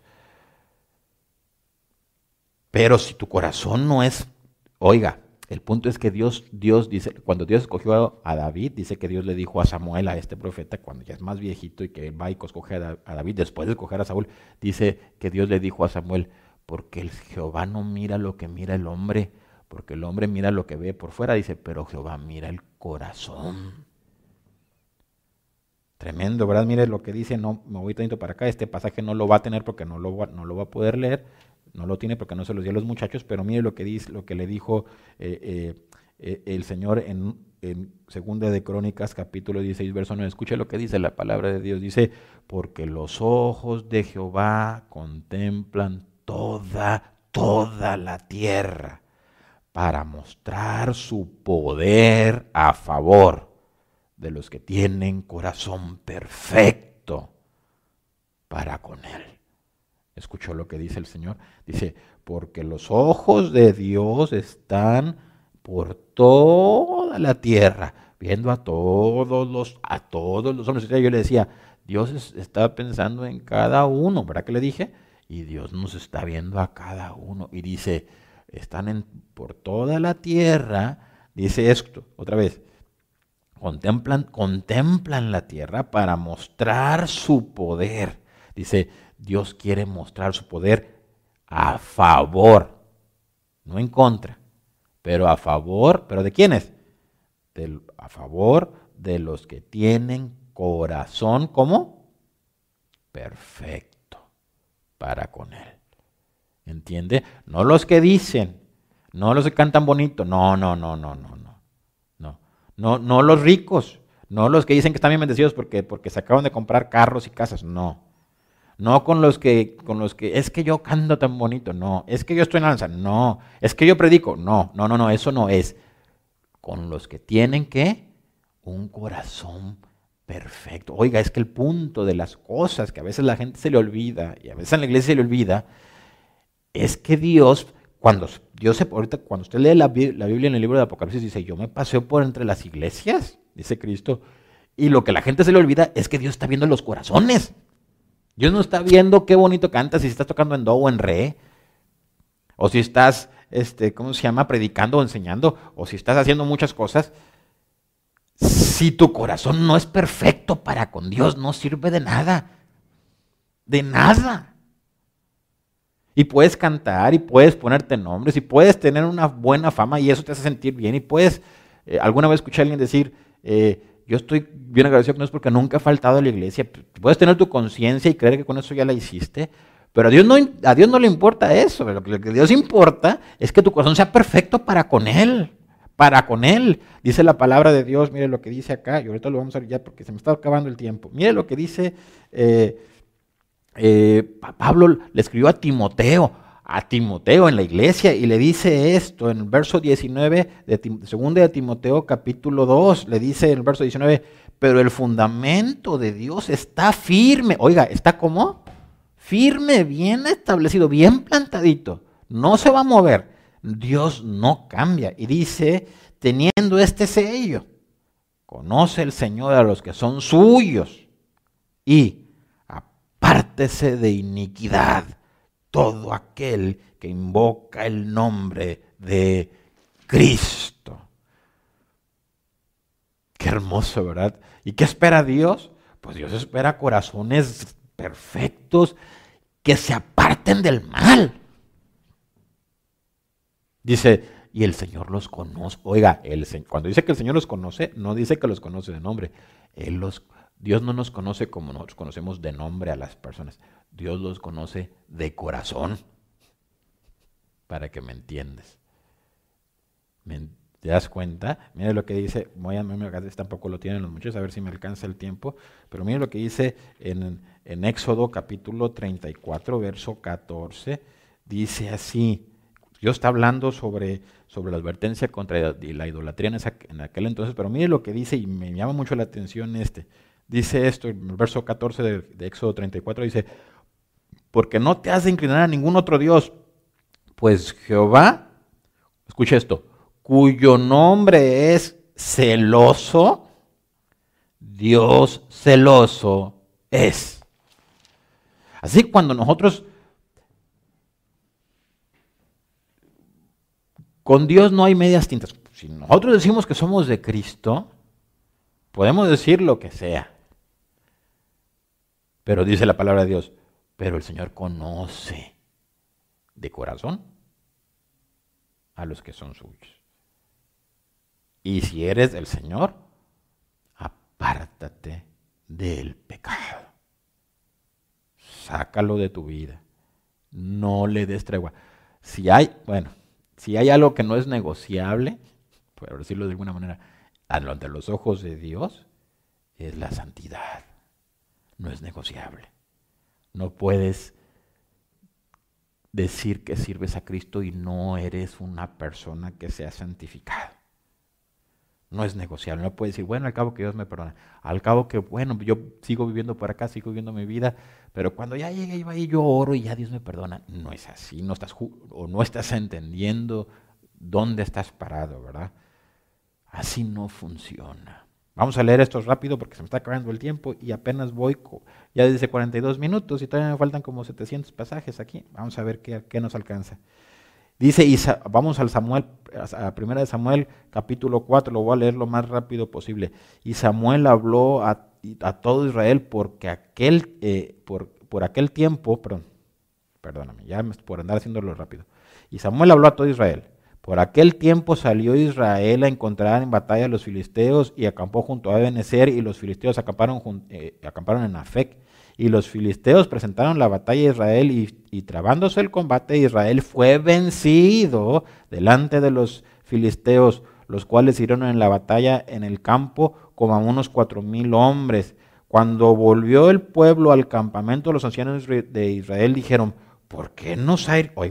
Pero si tu corazón no es, oiga, el punto es que Dios dice, cuando Dios escogió a David, dice que Dios le dijo a Samuel, a este profeta, cuando ya es más viejito y que va y escoge a David, después de escoger a Saúl, dice que Dios le dijo a Samuel, porque el Jehová no mira lo que mira el hombre, porque el hombre mira lo que ve por fuera, dice, pero Jehová mira el corazón. Tremendo, ¿verdad? Mire lo que dice, no me voy tantito para acá, este pasaje no lo va a tener porque no lo va a poder leer, no lo tiene porque no se los dio a los muchachos, pero mire lo que dice, lo que le dijo el Señor en Segunda de Crónicas, capítulo 16, verso 9. Escuche lo que dice la palabra de Dios. Dice, porque los ojos de Jehová contemplan toda la tierra para mostrar su poder a favor de los que tienen corazón perfecto para con Él. ¿Escuchó lo que dice el Señor? Dice, porque los ojos de Dios están por toda la tierra, viendo a todos los hombres. Yo le decía, Dios está pensando en cada uno, ¿verdad que le dije? Y Dios nos está viendo a cada uno. Y dice, están por toda la tierra, dice esto, otra vez, contemplan la tierra para mostrar su poder. Dice, Dios quiere mostrar su poder a favor, no en contra, pero a favor. ¿Pero de quiénes? A favor de los que tienen corazón, ¿cómo? Perfecto para con Él. ¿Entiende? No los que dicen, no los que cantan bonito, no los ricos, no los que dicen que están bien bendecidos porque se acaban de comprar carros y casas, no con los que es que yo canto tan bonito, no, es que yo estoy en alabanza, no, es que yo predico, no, eso no es. Con los que tienen ¿qué? Un corazón perfecto. Oiga, es que el punto de las cosas que a veces la gente se le olvida y a veces en la iglesia se le olvida, es que Dios, ahorita cuando usted lee la Biblia en el libro de Apocalipsis, dice, yo me paseo por entre las iglesias, dice Cristo, y lo que la gente se le olvida es que Dios está viendo los corazones. Dios no está viendo qué bonito cantas, si estás tocando en do o en re, o si estás, predicando o enseñando, o si estás haciendo muchas cosas. Si tu corazón no es perfecto para con Dios, no sirve de nada. De nada. Y puedes cantar, y puedes ponerte nombres, y puedes tener una buena fama, y eso te hace sentir bien, y puedes, alguna vez escuché a alguien decir, yo estoy bien agradecido con Dios porque nunca he faltado a la iglesia. Puedes tener tu conciencia y creer que con eso ya la hiciste, pero a Dios no le importa eso. Lo que a Dios importa es que tu corazón sea perfecto para con Él. Para con Él. Dice la palabra de Dios, mire lo que dice acá, y ahorita lo vamos a ver ya porque se me está acabando el tiempo. Mire lo que dice Pablo, le escribió a Timoteo en la iglesia, y le dice esto en el verso 19 de 2 de Timoteo capítulo 2, le dice en el verso 19, pero el fundamento de Dios está firme. Oiga, ¿está cómo? Firme, bien establecido, bien plantadito, no se va a mover. Dios no cambia. Y dice, teniendo este sello, conoce el Señor a los que son suyos y apártese de iniquidad todo aquel que invoca el nombre de Cristo. Qué hermoso, ¿verdad? ¿Y qué espera Dios? Pues Dios espera corazones perfectos que se aparten del mal. Dice, y el Señor los conoce. Oiga, cuando dice que el Señor los conoce, no dice que los conoce de nombre. Dios no nos conoce como nosotros conocemos de nombre a las personas. Dios los conoce de corazón. Para que me entiendas. ¿Te das cuenta? Mira lo que dice, tampoco lo tienen los muchos, a ver si me alcanza el tiempo, pero mira lo que dice en Éxodo capítulo 34, verso 14, dice así, Dios está hablando sobre la advertencia contra la idolatría en aquel entonces, pero mire lo que dice y me llama mucho la atención dice esto, en el verso 14 de Éxodo 34, dice, porque no te has de inclinar a ningún otro Dios, pues Jehová, escucha esto, cuyo nombre es celoso, Dios celoso es. Así cuando nosotros, con Dios no hay medias tintas. Si nosotros decimos que somos de Cristo, podemos decir lo que sea. Pero dice la palabra de Dios, pero el Señor conoce de corazón a los que son suyos. Y si eres del Señor, apártate del pecado. Sácalo de tu vida. No le des tregua. Si hay algo que no es negociable, por decirlo de alguna manera, ante los ojos de Dios, es la santidad. No es negociable. No puedes decir que sirves a Cristo y no eres una persona que sea santificada. No es negociable, no puedes decir, bueno, al cabo que Dios me perdona, al cabo que, bueno, yo sigo viviendo por acá, sigo viviendo mi vida, pero cuando ya llegue ahí yo oro y ya Dios me perdona. No es así, no estás entendiendo dónde estás parado, ¿verdad? Así no funciona. Vamos a leer esto rápido porque se me está acabando el tiempo y apenas ya dice 42 minutos y todavía me faltan como 700 pasajes aquí. Vamos a ver qué nos alcanza. Dice, vamos a 1 Samuel capítulo 4, lo voy a leer lo más rápido posible. Y Samuel habló a todo Israel porque por aquel tiempo, perdóname, ya por andar haciéndolo rápido. Y Samuel habló a todo Israel. Por aquel tiempo salió Israel a encontrar en batalla a los filisteos y acampó junto a Ebenezer, y los filisteos acamparon en Afec. Y los filisteos presentaron la batalla a Israel y trabándose el combate, Israel fue vencido delante de los filisteos, los cuales hirieron en la batalla en el campo como a unos 4,000 hombres. Cuando volvió el pueblo al campamento, los ancianos de Israel dijeron, ¿por qué nos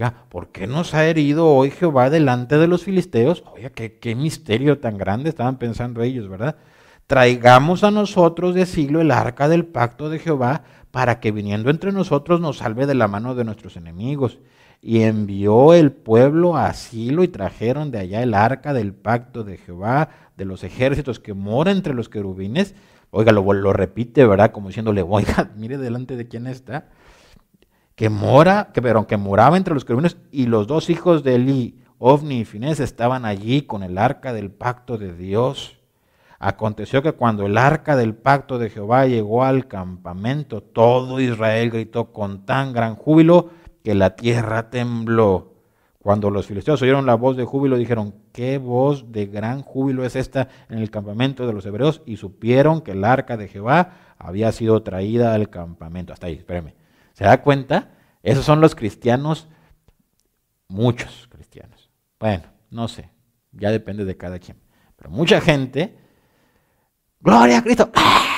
ha herido hoy Jehová delante de los filisteos? Oiga, qué misterio tan grande estaban pensando ellos, ¿verdad? Traigamos a nosotros de Silo el arca del pacto de Jehová, para que viniendo entre nosotros nos salve de la mano de nuestros enemigos. Y envió el pueblo a Silo y trajeron de allá el arca del pacto de Jehová, de los ejércitos que mora entre los querubines. Oiga, lo repite, ¿verdad? Como diciéndole, oiga, mire delante de quién está. Que moraba entre los querubines, y los dos hijos de Eli, Ofni y Finés, estaban allí con el arca del pacto de Dios. Aconteció que cuando el arca del pacto de Jehová llegó al campamento, todo Israel gritó con tan gran júbilo que la tierra tembló. Cuando los filisteos oyeron la voz de júbilo, dijeron, ¿qué voz de gran júbilo es esta en el campamento de los hebreos? Y supieron que el arca de Jehová había sido traída al campamento. Hasta ahí, espérame. ¿Se da cuenta? Esos son los cristianos, muchos cristianos. Bueno, no sé, ya depende de cada quien. Pero mucha gente, ¡gloria a Cristo!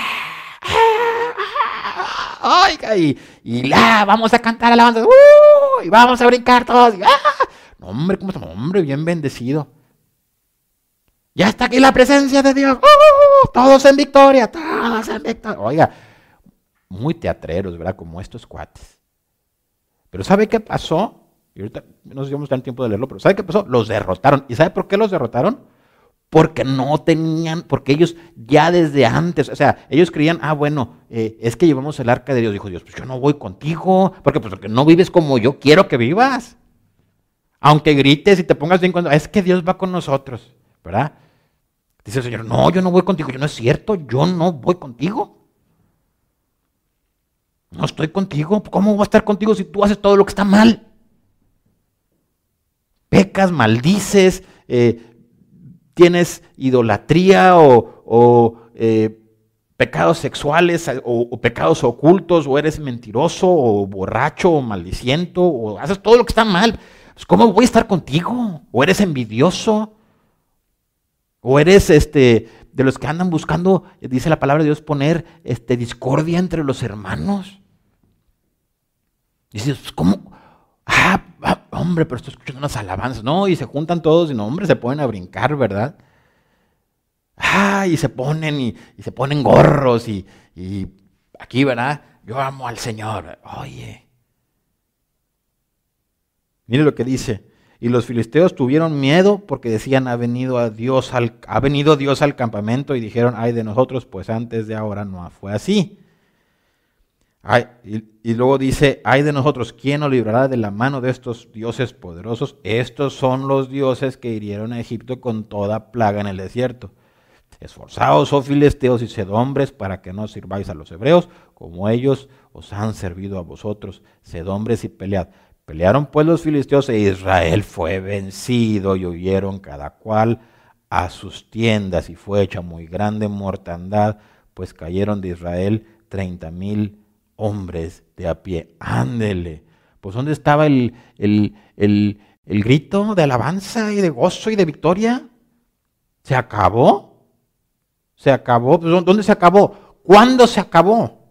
Oiga, vamos a cantar alabanzas, y vamos a brincar todos. No, hombre, ¿cómo estamos? Hombre, bien bendecido. Ya está aquí la presencia de Dios. Todos en victoria, todos en victoria. Oiga, muy teatreros, ¿verdad? Como estos cuates. Pero ¿sabe qué pasó? Y ahorita no sé si vamos a tener tiempo de leerlo, pero ¿sabe qué pasó? Los derrotaron. ¿Y sabe por qué los derrotaron? porque no tenían, porque ellos ya desde antes, o sea, ellos creían, bueno, es que llevamos el arca de Dios. Dijo Dios, pues yo no voy contigo, porque no vives como yo quiero que vivas. Aunque grites y te pongas bien cuando, es que Dios va con nosotros, ¿verdad? Dice el Señor, no, yo no voy contigo. Yo, no es cierto, yo no voy contigo. No estoy contigo. ¿Cómo voy a estar contigo si tú haces todo lo que está mal? Pecas, maldices, tienes idolatría o pecados sexuales o pecados ocultos, o eres mentiroso o borracho o maldiciento, o haces todo lo que está mal. Pues, ¿cómo voy a estar contigo? O eres envidioso, o eres de los que andan buscando, dice la palabra de Dios, poner discordia entre los hermanos. Dices, pues, ¿cómo? Hombre, pero estoy escuchando unas alabanzas. No, y se juntan todos y no, hombre, se ponen a brincar, ¿verdad? Y se ponen gorros y aquí, ¿verdad? Yo amo al Señor. Oye. Mire lo que dice. Y los filisteos tuvieron miedo porque decían, ha venido Dios al campamento, y dijeron, ay de nosotros, pues antes de ahora no fue así. Y luego dice, ay de nosotros, ¿quién nos librará de la mano de estos dioses poderosos? Estos son los dioses que hirieron a Egipto con toda plaga en el desierto. Esforzaos, oh filisteos, y sed hombres, para que no sirváis a los hebreos, como ellos os han servido a vosotros. Sed hombres y pelead. Pelearon pues los filisteos, e Israel fue vencido, y huyeron cada cual a sus tiendas, y fue hecha muy grande mortandad, pues cayeron de Israel 30,000 hombres de a pie. Ándele. Pues ¿dónde estaba el grito de alabanza y de gozo y de victoria? ¿Se acabó? ¿Se acabó? ¿Dónde se acabó? ¿Cuándo se acabó?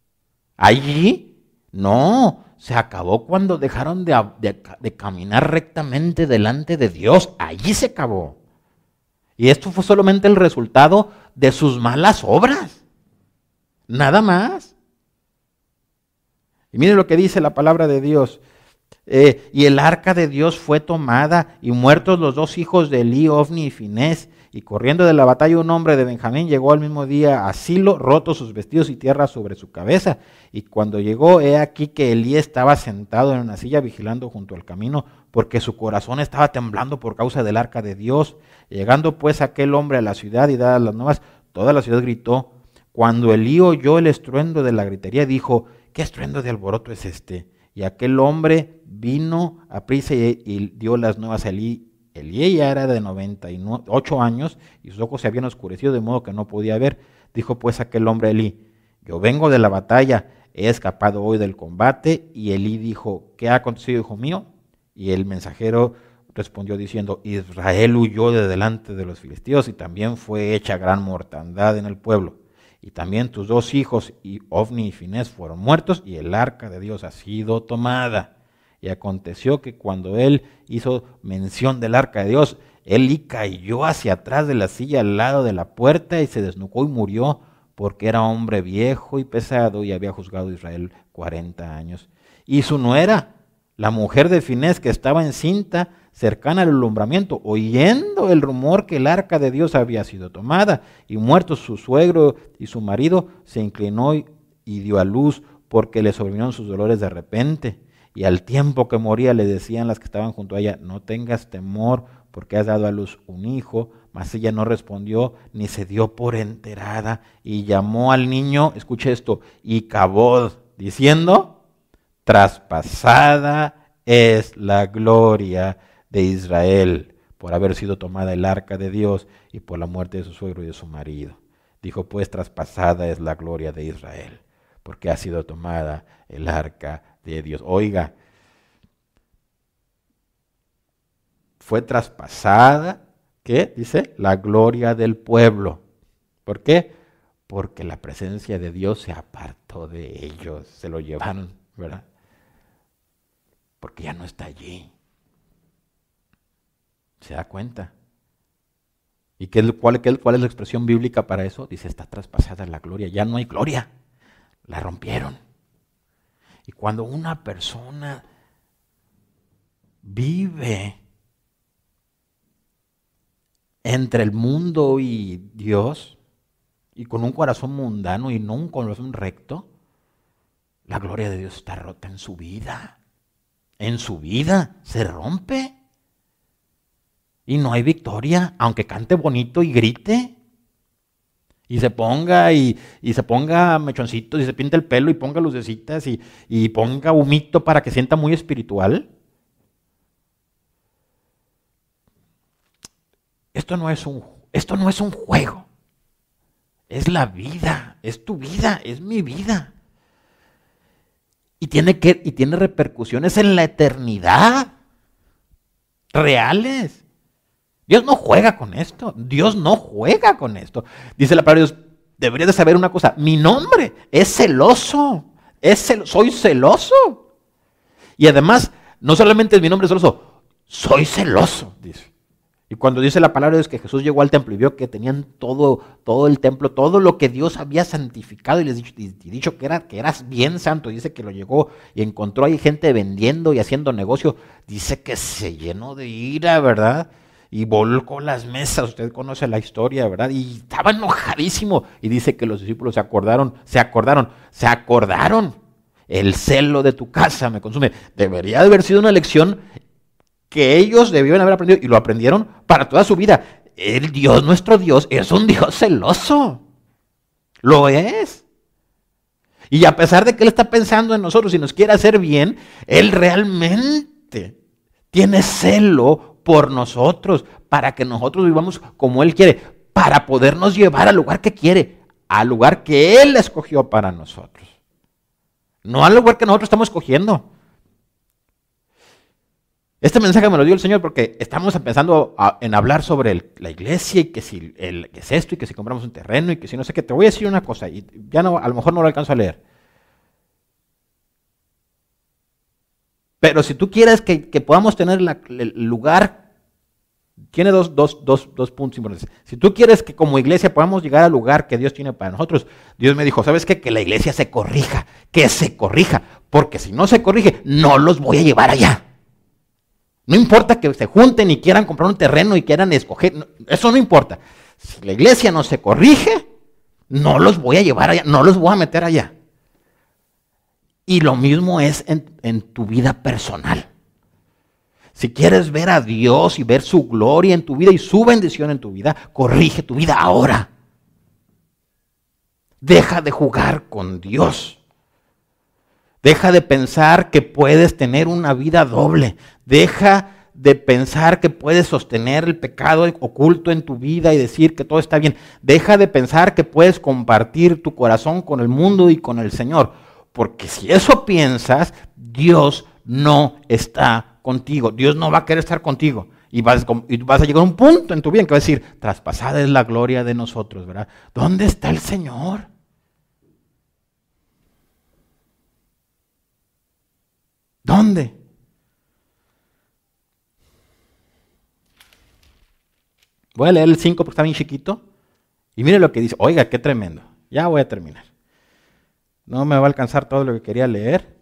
¿Allí? No, se acabó cuando dejaron de caminar rectamente delante de Dios. Allí se acabó. Y esto fue solamente el resultado de sus malas obras. Nada más. Y mire lo que dice la palabra de Dios. Y el arca de Dios fue tomada, y muertos los dos hijos de Elí, Ofni y Finés, y corriendo de la batalla un hombre de Benjamín llegó al mismo día a Silo, rotos sus vestidos y tierra sobre su cabeza. Y cuando llegó, he aquí que Elí estaba sentado en una silla vigilando junto al camino, porque su corazón estaba temblando por causa del arca de Dios. Llegando pues aquel hombre a la ciudad y dadas las nuevas, toda la ciudad gritó. Cuando Elí oyó el estruendo de la gritería, dijo, ¿qué estruendo de alboroto es este? Y aquel hombre vino a prisa y dio las nuevas a Elí. Elí ya era de 98 años, y sus ojos se habían oscurecido de modo que no podía ver. Dijo pues aquel hombre a Elí, yo vengo de la batalla, he escapado hoy del combate. Y Elí dijo, ¿qué ha acontecido, hijo mío? Y el mensajero respondió diciendo, Israel huyó de delante de los filisteos, y también fue hecha gran mortandad en el pueblo. Y también tus dos hijos, Ofni y Finés, fueron muertos, y el arca de Dios ha sido tomada. Y aconteció que cuando él hizo mención del arca de Dios, Elí cayó hacia atrás de la silla al lado de la puerta y se desnucó y murió, porque era hombre viejo y pesado, y había juzgado a Israel 40 años. Y su nuera, la mujer de Finés, que estaba encinta, cercana al alumbramiento, oyendo el rumor que el arca de Dios había sido tomada, y muertos su suegro y su marido, se inclinó y dio a luz, porque le sobrevinieron sus dolores de repente. Y al tiempo que moría le decían las que estaban junto a ella, no tengas temor, porque has dado a luz un hijo. Mas ella no respondió ni se dio por enterada, y llamó al niño, escuche esto, Icabod, diciendo, traspasada es la gloria de Israel por haber sido tomada el arca de Dios y por la muerte de su suegro y de su marido. Dijo pues, traspasada es la gloria de Israel porque ha sido tomada el arca de Dios. Oiga, fue traspasada, ¿qué? Dice, la gloria del pueblo. ¿Por qué? Porque la presencia de Dios se apartó de ellos, se lo llevaron, ¿verdad? Porque ya no está allí. ¿Se da cuenta? ¿Y cuál es la expresión bíblica para eso? Dice, está traspasada la gloria, ya no hay gloria, la rompieron. Y cuando una persona vive entre el mundo y Dios, y con un corazón mundano y no un corazón recto, la gloria de Dios está rota en su vida. En su vida se rompe. Y no hay victoria, aunque cante bonito y grite. Y se ponga se ponga mechoncitos y se pinta el pelo y ponga lucecitas y ponga humito para que sienta muy espiritual. Esto no es un juego. Es la vida, es tu vida, es mi vida. Y tiene repercusiones en la eternidad. Reales. Dios no juega con esto. Dios no juega con esto. Dice la palabra de Dios, deberías de saber una cosa. Mi nombre es celoso. Soy celoso. Y además, no solamente es mi nombre celoso, soy celoso, dice. Y cuando dice la palabra de Dios que Jesús llegó al templo y vio que tenían todo el templo, todo lo que Dios había santificado y les dicho que era bien santo, dice que lo llegó y encontró ahí gente vendiendo y haciendo negocio, dice que se llenó de ira, ¿verdad? Y volcó las mesas, usted conoce la historia, ¿verdad? Y estaba enojadísimo y dice que los discípulos se acordaron. El celo de tu casa me consume. Debería de haber sido una lección que ellos debían haber aprendido y lo aprendieron para toda su vida. El Dios, nuestro Dios, es un Dios celoso. Lo es. Y a pesar de que Él está pensando en nosotros y nos quiere hacer bien, Él realmente tiene celo por nosotros para que nosotros vivamos como Él quiere, para podernos llevar al lugar que quiere, al lugar que Él escogió para nosotros. No al lugar que nosotros estamos escogiendo. Este mensaje me lo dio el Señor porque estamos empezando en hablar sobre la iglesia y que si que es esto y que si compramos un terreno y que si no sé qué. Te voy a decir una cosa y ya no, a lo mejor no lo alcanzo a leer. Pero si tú quieres que podamos tener el lugar, tiene dos puntos importantes. Si tú quieres que como iglesia podamos llegar al lugar que Dios tiene para nosotros, Dios me dijo, ¿sabes qué? Que la iglesia se corrija, porque si no se corrige, no los voy a llevar allá. No importa que se junten y quieran comprar un terreno y quieran escoger, eso no importa. Si la iglesia no se corrige, no los voy a llevar allá, no los voy a meter allá. Y lo mismo es en tu vida personal. Si quieres ver a Dios y ver su gloria en tu vida y su bendición en tu vida, corrige tu vida ahora. Deja de jugar con Dios. Deja de pensar que puedes tener una vida doble. Deja de pensar que puedes sostener el pecado oculto en tu vida y decir que todo está bien. Deja de pensar que puedes compartir tu corazón con el mundo y con el Señor. Porque si eso piensas, Dios no está contigo. Dios no va a querer estar contigo. Y vas a llegar a un punto en tu vida en que vas a decir, traspasada es la gloria de nosotros, ¿verdad? ¿Dónde está el Señor? ¿Dónde? Voy a leer el 5 porque está bien chiquito. Y mire lo que dice. Oiga, qué tremendo. Ya voy a terminar. No me va a alcanzar todo lo que quería leer.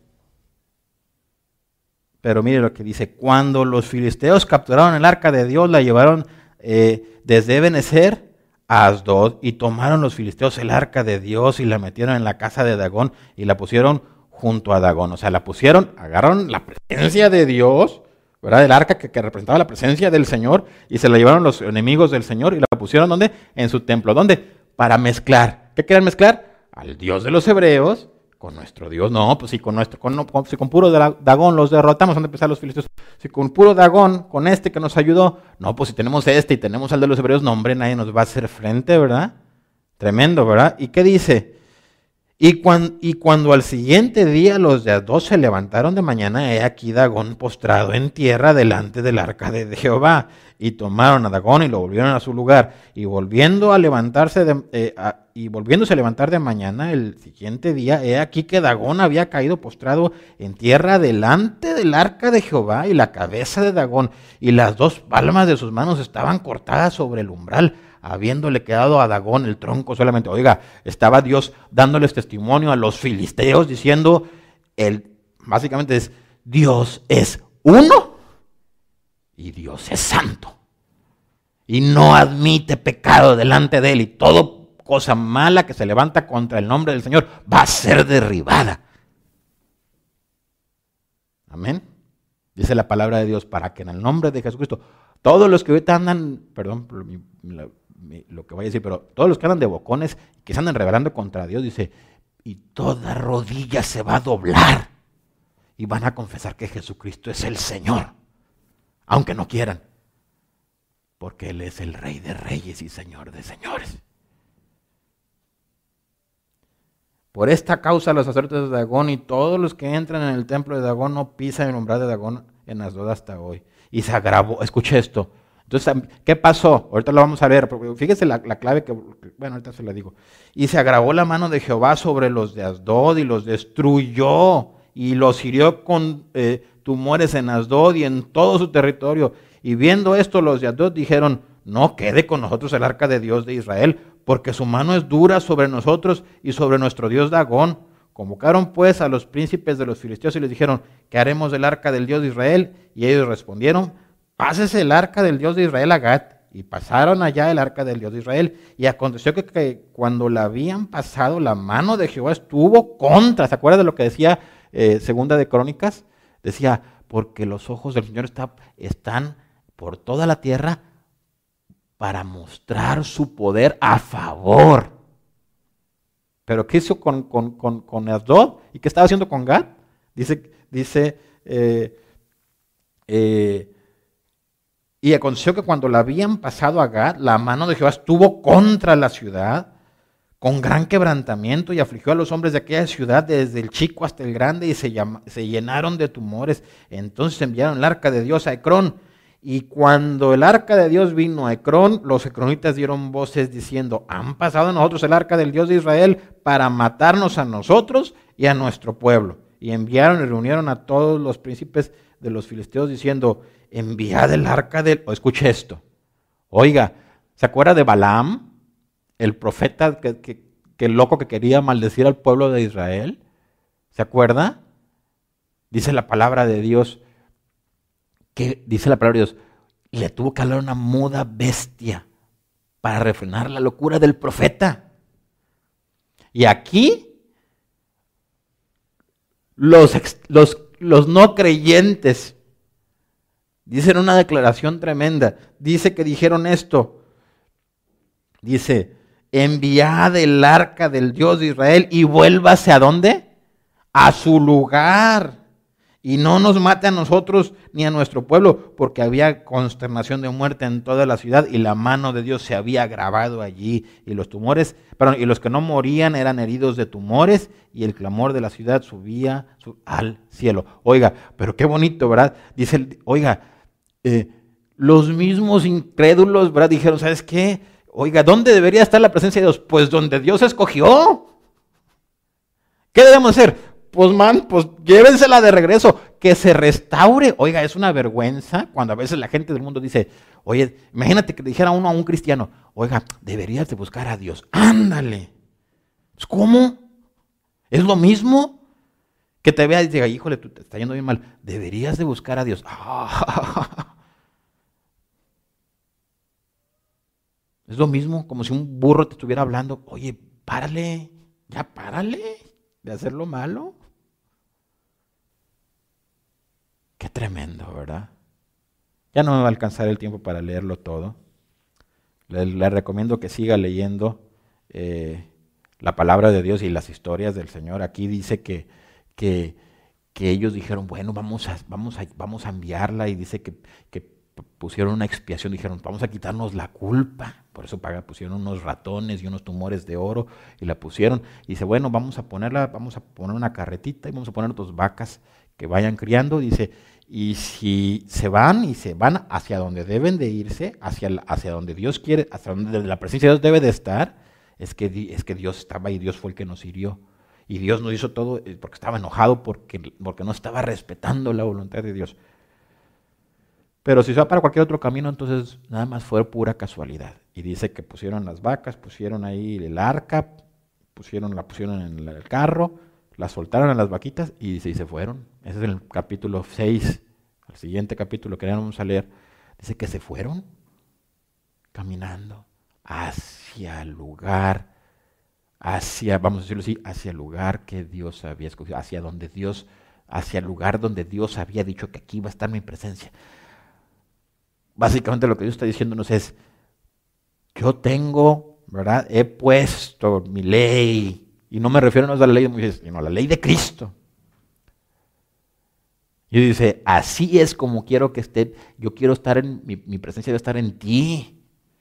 Pero mire lo que dice. Cuando los filisteos capturaron el arca de Dios, la llevaron desde Ebenezer a Asdod. Y tomaron los filisteos el arca de Dios y la metieron en la casa de Dagón y la pusieron junto a Dagón. O sea, agarraron la presencia de Dios, ¿verdad? El arca que representaba la presencia del Señor y se la llevaron los enemigos del Señor y la pusieron ¿dónde? En su templo. ¿Dónde? Para mezclar. ¿Qué querían mezclar? Al Dios de los hebreos con nuestro Dios. No, pues si con puro Dagón los derrotamos, ¿dónde empezaron los filisteos? Si con puro Dagón, con este que nos ayudó, no, pues si tenemos y tenemos al de los hebreos, no hombre, nadie nos va a hacer frente, ¿verdad? Tremendo, ¿verdad? ¿Y qué dice? Y cuando al siguiente día los de Asdod se levantaron de mañana, he aquí Dagón postrado en tierra delante del arca de Jehová. Y tomaron a Dagón y lo volvieron a su lugar. Y volviéndose a levantar de mañana el siguiente día, he aquí que Dagón había caído postrado en tierra delante del arca de Jehová. Y la cabeza de Dagón y las dos palmas de sus manos estaban cortadas sobre el umbral, habiéndole quedado a Dagón el tronco solamente. Oiga, estaba Dios dándoles testimonio a los filisteos diciendo, básicamente es, Dios es uno y Dios es santo. y no admite pecado delante de él, y toda cosa mala que se levanta contra el nombre del Señor va a ser derribada. Amén. Dice la palabra de Dios, para que en el nombre de Jesucristo, todos los que ahorita andan, perdón por lo que voy a decir, pero todos los que andan de bocones, que se andan rebelando contra Dios, dice, y toda rodilla se va a doblar y van a confesar que Jesucristo es el Señor, aunque no quieran, porque Él es el Rey de Reyes y Señor de Señores. Por esta causa los sacerdotes de Dagón y todos los que entran en el templo de Dagón no pisan el umbral de Dagón en Asdod hasta hoy. Y se agravó, escuche esto. Entonces, ¿qué pasó? Ahorita lo vamos a ver, porque fíjese la clave que, bueno, ahorita se la digo. Y se agravó la mano de Jehová sobre los de Asdod y los destruyó y los hirió con tumores en Asdod y en todo su territorio. Y viendo esto, los de Asdod dijeron, no quede con nosotros el arca de Dios de Israel, porque su mano es dura sobre nosotros y sobre nuestro Dios Dagón. Convocaron pues a los príncipes de los filisteos y les dijeron, ¿qué haremos del arca del Dios de Israel? Y ellos respondieron, pásese el arca del Dios de Israel a Gat. Y pasaron allá el arca del Dios de Israel. Y aconteció que cuando la habían pasado, la mano de Jehová estuvo contra. ¿Se acuerdan de lo que decía Segunda de Crónicas? Decía, porque los ojos del Señor están por toda la tierra para mostrar su poder a favor. ¿Pero qué hizo con Asdod? ¿Y qué estaba haciendo con Gat? Dice y aconteció que cuando la habían pasado a Gat, la mano de Jehová estuvo contra la ciudad con gran quebrantamiento y afligió a los hombres de aquella ciudad desde el chico hasta el grande y se llenaron de tumores. Entonces enviaron el arca de Dios a Ecrón. Y cuando el arca de Dios vino a Ecrón, los ecronitas dieron voces diciendo, han pasado a nosotros el arca del Dios de Israel para matarnos a nosotros y a nuestro pueblo. Y enviaron y reunieron a todos los príncipes de los filisteos diciendo, enviad el arca del... escuche esto. Oiga, ¿se acuerda de Balaam? El profeta que el loco que quería maldecir al pueblo de Israel. ¿Se acuerda? Dice la palabra de Dios. Dice la palabra de Dios, le tuvo que hablar una muda bestia para refrenar la locura del profeta. Y aquí, los no creyentes dicen una declaración tremenda. Dice que dijeron esto. Dice, enviad el arca del Dios de Israel y vuélvase ¿a dónde? A su lugar. Y no nos mate a nosotros ni a nuestro pueblo, porque había consternación de muerte en toda la ciudad y la mano de Dios se había grabado allí. Y los que no morían eran heridos de tumores y el clamor de la ciudad subía al cielo. Oiga, pero qué bonito, ¿verdad? Dice, oiga, los mismos incrédulos, ¿verdad? Dijeron, ¿sabes qué? Oiga, ¿dónde debería estar la presencia de Dios? Pues donde Dios escogió. ¿Qué debemos hacer? Pues llévensela de regreso, que se restaure. Oiga, es una vergüenza cuando a veces la gente del mundo dice, oye, imagínate que dijera uno a un cristiano, oiga, deberías de buscar a Dios. Ándale. Pues, ¿cómo? ¿Es lo mismo? Que te vea y diga, híjole, tú te está yendo bien mal. Deberías de buscar a Dios. Es lo mismo, como si un burro te estuviera hablando. Oye, párale, ya párale de hacer lo malo. Qué tremendo, ¿verdad? Ya no me va a alcanzar el tiempo para leerlo todo. Le recomiendo que siga leyendo la palabra de Dios y las historias del Señor. Aquí dice que ellos dijeron, bueno, vamos a enviarla, y dice que pusieron una expiación, dijeron, vamos a quitarnos la culpa. Por eso pusieron unos ratones y unos tumores de oro y la pusieron. Y dice, bueno, vamos a poner una carretita y vamos a poner 2 vacas que vayan criando. Dice, y si se van hacia donde deben de irse, hacia donde Dios quiere, hacia donde la presencia de Dios debe de estar, es que Dios estaba y Dios fue el que nos hirió. Y Dios nos hizo todo porque estaba enojado, porque no estaba respetando la voluntad de Dios. Pero si se va para cualquier otro camino, entonces nada más fue pura casualidad. Y dice que pusieron las vacas, pusieron ahí el arca, la pusieron en el carro, la soltaron a las vaquitas y se fueron. Ese es el capítulo 6, el siguiente capítulo que ya vamos a leer. Dice que se fueron. caminando hacia el lugar, vamos a decirlo así, hacia el lugar que Dios había escogido, hacia el lugar donde Dios había dicho que aquí va a estar mi presencia. Básicamente lo que Dios está diciéndonos es, yo tengo, ¿verdad? He puesto mi ley, y no me refiero a la ley de Moisés, sino a la ley de Cristo. Y dice, así es como quiero que esté, yo quiero estar mi presencia debe estar en ti.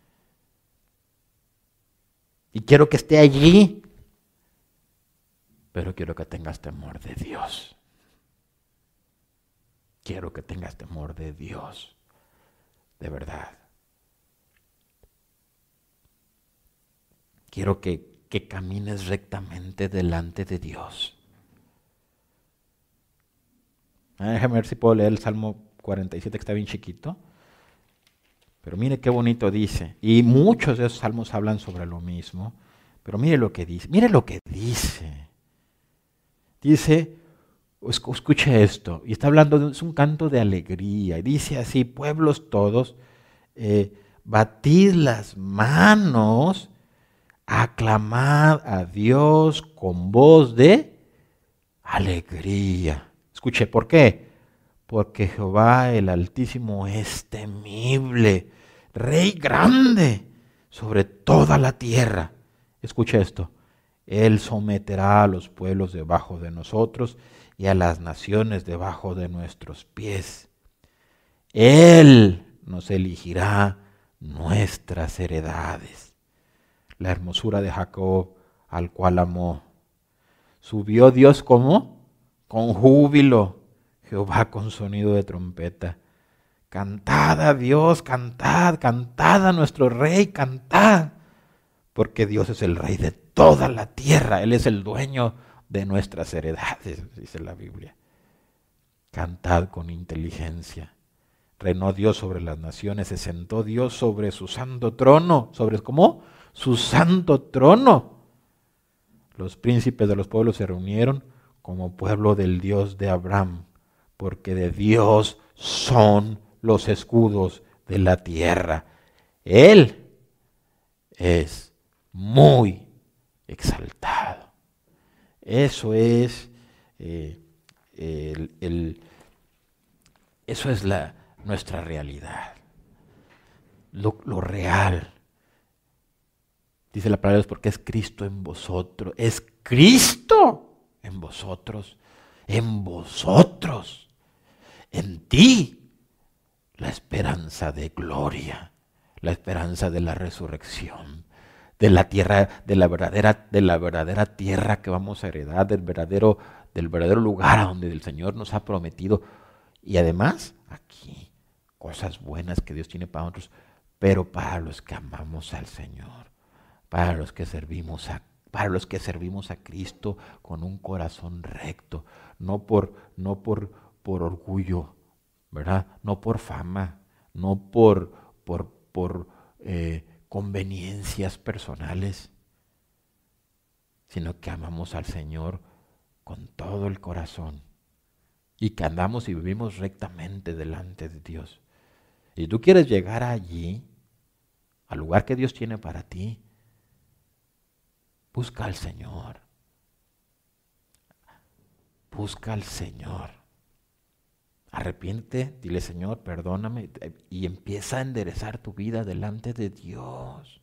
Y quiero que esté allí, pero quiero que tengas temor de Dios. Quiero que tengas temor de Dios, de verdad. Quiero que camines rectamente delante de Dios. Déjame ver si puedo leer el Salmo 47, que está bien chiquito. Pero mire qué bonito dice. Y muchos de esos salmos hablan sobre lo mismo. Pero mire lo que dice. Mire lo que dice. Dice, escuche esto. Y está hablando, es un canto de alegría. Y dice así, pueblos todos, batid las manos, aclamad a Dios con voz de alegría. Escuche, ¿por qué? Porque Jehová el Altísimo es temible, Rey grande sobre toda la tierra. Escuche esto, Él someterá a los pueblos debajo de nosotros y a las naciones debajo de nuestros pies. Él nos elegirá nuestras heredades. La hermosura de Jacob, al cual amó. Subió Dios como con júbilo, Jehová con sonido de trompeta. Cantad a Dios, cantad, cantad a nuestro Rey, cantad. Porque Dios es el Rey de toda la tierra. Él es el dueño de nuestras heredades, dice la Biblia. Cantad con inteligencia. Reinó Dios sobre las naciones, se sentó Dios sobre su santo trono. ¿Sobre cómo? Su santo trono. Los príncipes de los pueblos se reunieron como pueblo del Dios de Abraham, porque de Dios son los escudos de la tierra. Él es muy exaltado. Eso es, eso es nuestra realidad, lo real. Dice la palabra de Dios, porque es Cristo en vosotros. Es Cristo en vosotros. En vosotros. En ti. La esperanza de gloria. La esperanza de la resurrección. De la tierra, de la verdadera tierra que vamos a heredar. Del verdadero lugar a donde el Señor nos ha prometido. Y además, aquí, cosas buenas que Dios tiene para nosotros. Pero para los que amamos al Señor. Para los que servimos a Cristo con un corazón recto, no por orgullo, ¿verdad? No por fama, no por conveniencias personales, sino que amamos al Señor con todo el corazón y que andamos y vivimos rectamente delante de Dios. Y tú quieres llegar allí, al lugar que Dios tiene para ti, busca al Señor. Busca al Señor. Arrepiéntete, dile Señor, perdóname y empieza a enderezar tu vida delante de Dios.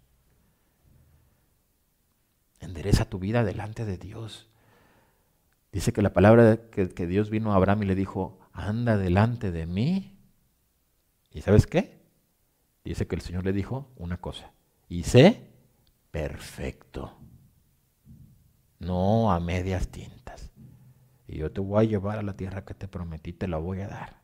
Endereza tu vida delante de Dios. Dice que la palabra que Dios vino a Abraham y le dijo, anda delante de mí. ¿Y sabes qué? Dice que el Señor le dijo una cosa, y sé perfecto. No a medias tintas. Y yo te voy a llevar a la tierra que te prometí, te la voy a dar.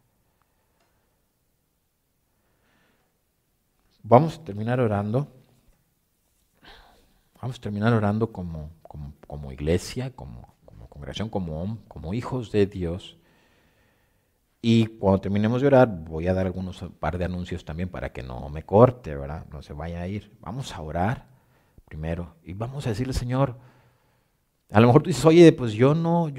Vamos a terminar orando. Vamos a terminar orando como iglesia, como congregación, como hijos de Dios. Y cuando terminemos de orar, voy a dar un par de anuncios también para que no me corte, ¿verdad? No se vaya a ir. Vamos a orar primero y vamos a decirle, Señor, a lo mejor tú dices, oye, pues yo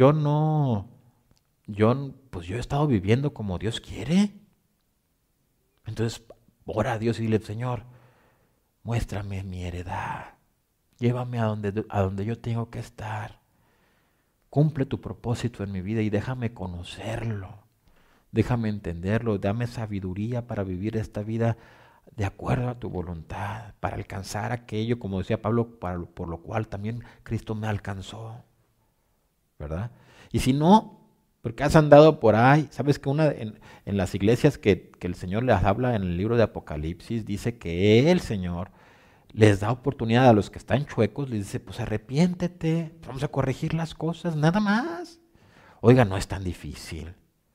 he estado viviendo como Dios quiere. Entonces, ora a Dios y dile, Señor, Muéstrame mi heredad. Llévame a donde yo tengo que estar. Cumple tu propósito en mi vida y déjame conocerlo. Déjame entenderlo. Dame sabiduría para vivir esta vida de acuerdo a tu voluntad, para alcanzar aquello, como decía Pablo, por lo cual también Cristo me alcanzó. ¿Verdad? Y si no, porque has andado por ahí, sabes que en las iglesias que el Señor les habla en el libro de Apocalipsis, dice que el Señor les da oportunidad a los que están chuecos, les dice, pues arrepiéntete, vamos a corregir las cosas, nada más. Oiga, no es tan difícil.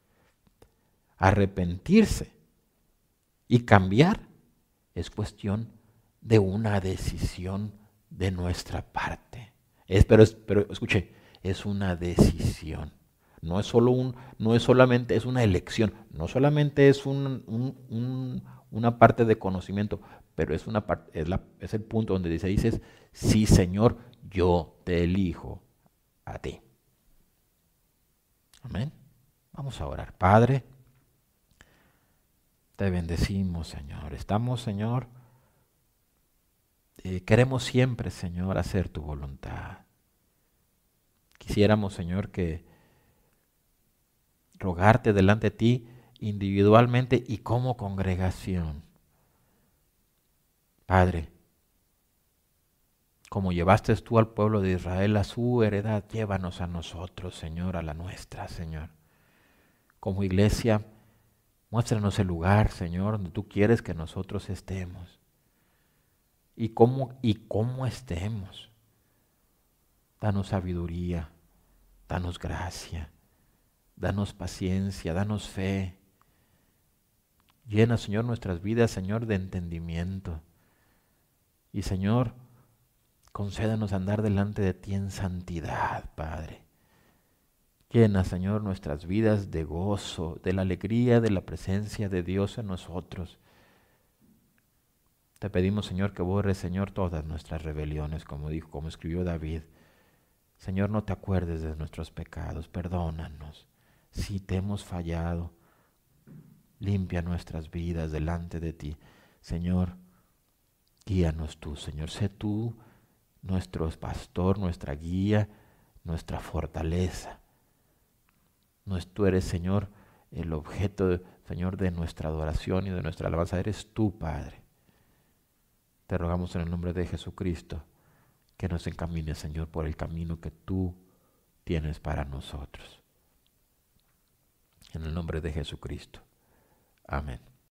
Arrepentirse y cambiar es cuestión de una decisión de nuestra parte. Pero escuche, es una decisión. No es solamente es una elección, no solamente es una parte de conocimiento, pero es es el punto donde dices, sí, Señor, yo te elijo a ti. Amén. Vamos a orar. Padre, te bendecimos, Señor. Estamos, Señor, queremos siempre, Señor, hacer tu voluntad. Quisiéramos, Señor, que rogarte delante de ti individualmente y como congregación. Padre, como llevaste tú al pueblo de Israel a su heredad, llévanos a nosotros, Señor, a la nuestra, Señor. Como iglesia, muéstranos el lugar, Señor, donde tú quieres que nosotros estemos. Y cómo estemos. Danos sabiduría, danos gracia, danos paciencia, danos fe. Llena, Señor, nuestras vidas, Señor, de entendimiento. Y, Señor, concédanos andar delante de ti en santidad, Padre. Llena, Señor, nuestras vidas de gozo, de la alegría de la presencia de Dios en nosotros. Te pedimos, Señor, que borres, Señor, todas nuestras rebeliones, como escribió David. Señor, no te acuerdes de nuestros pecados, perdónanos. Si te hemos fallado, limpia nuestras vidas delante de ti. Señor, guíanos tú, Señor. Sé tú nuestro pastor, nuestra guía, nuestra fortaleza. Tú eres, Señor, el objeto, Señor, de nuestra adoración y de nuestra alabanza. Eres tú, Padre. Te rogamos en el nombre de Jesucristo que nos encamines, Señor, por el camino que tú tienes para nosotros. En el nombre de Jesucristo. Amén.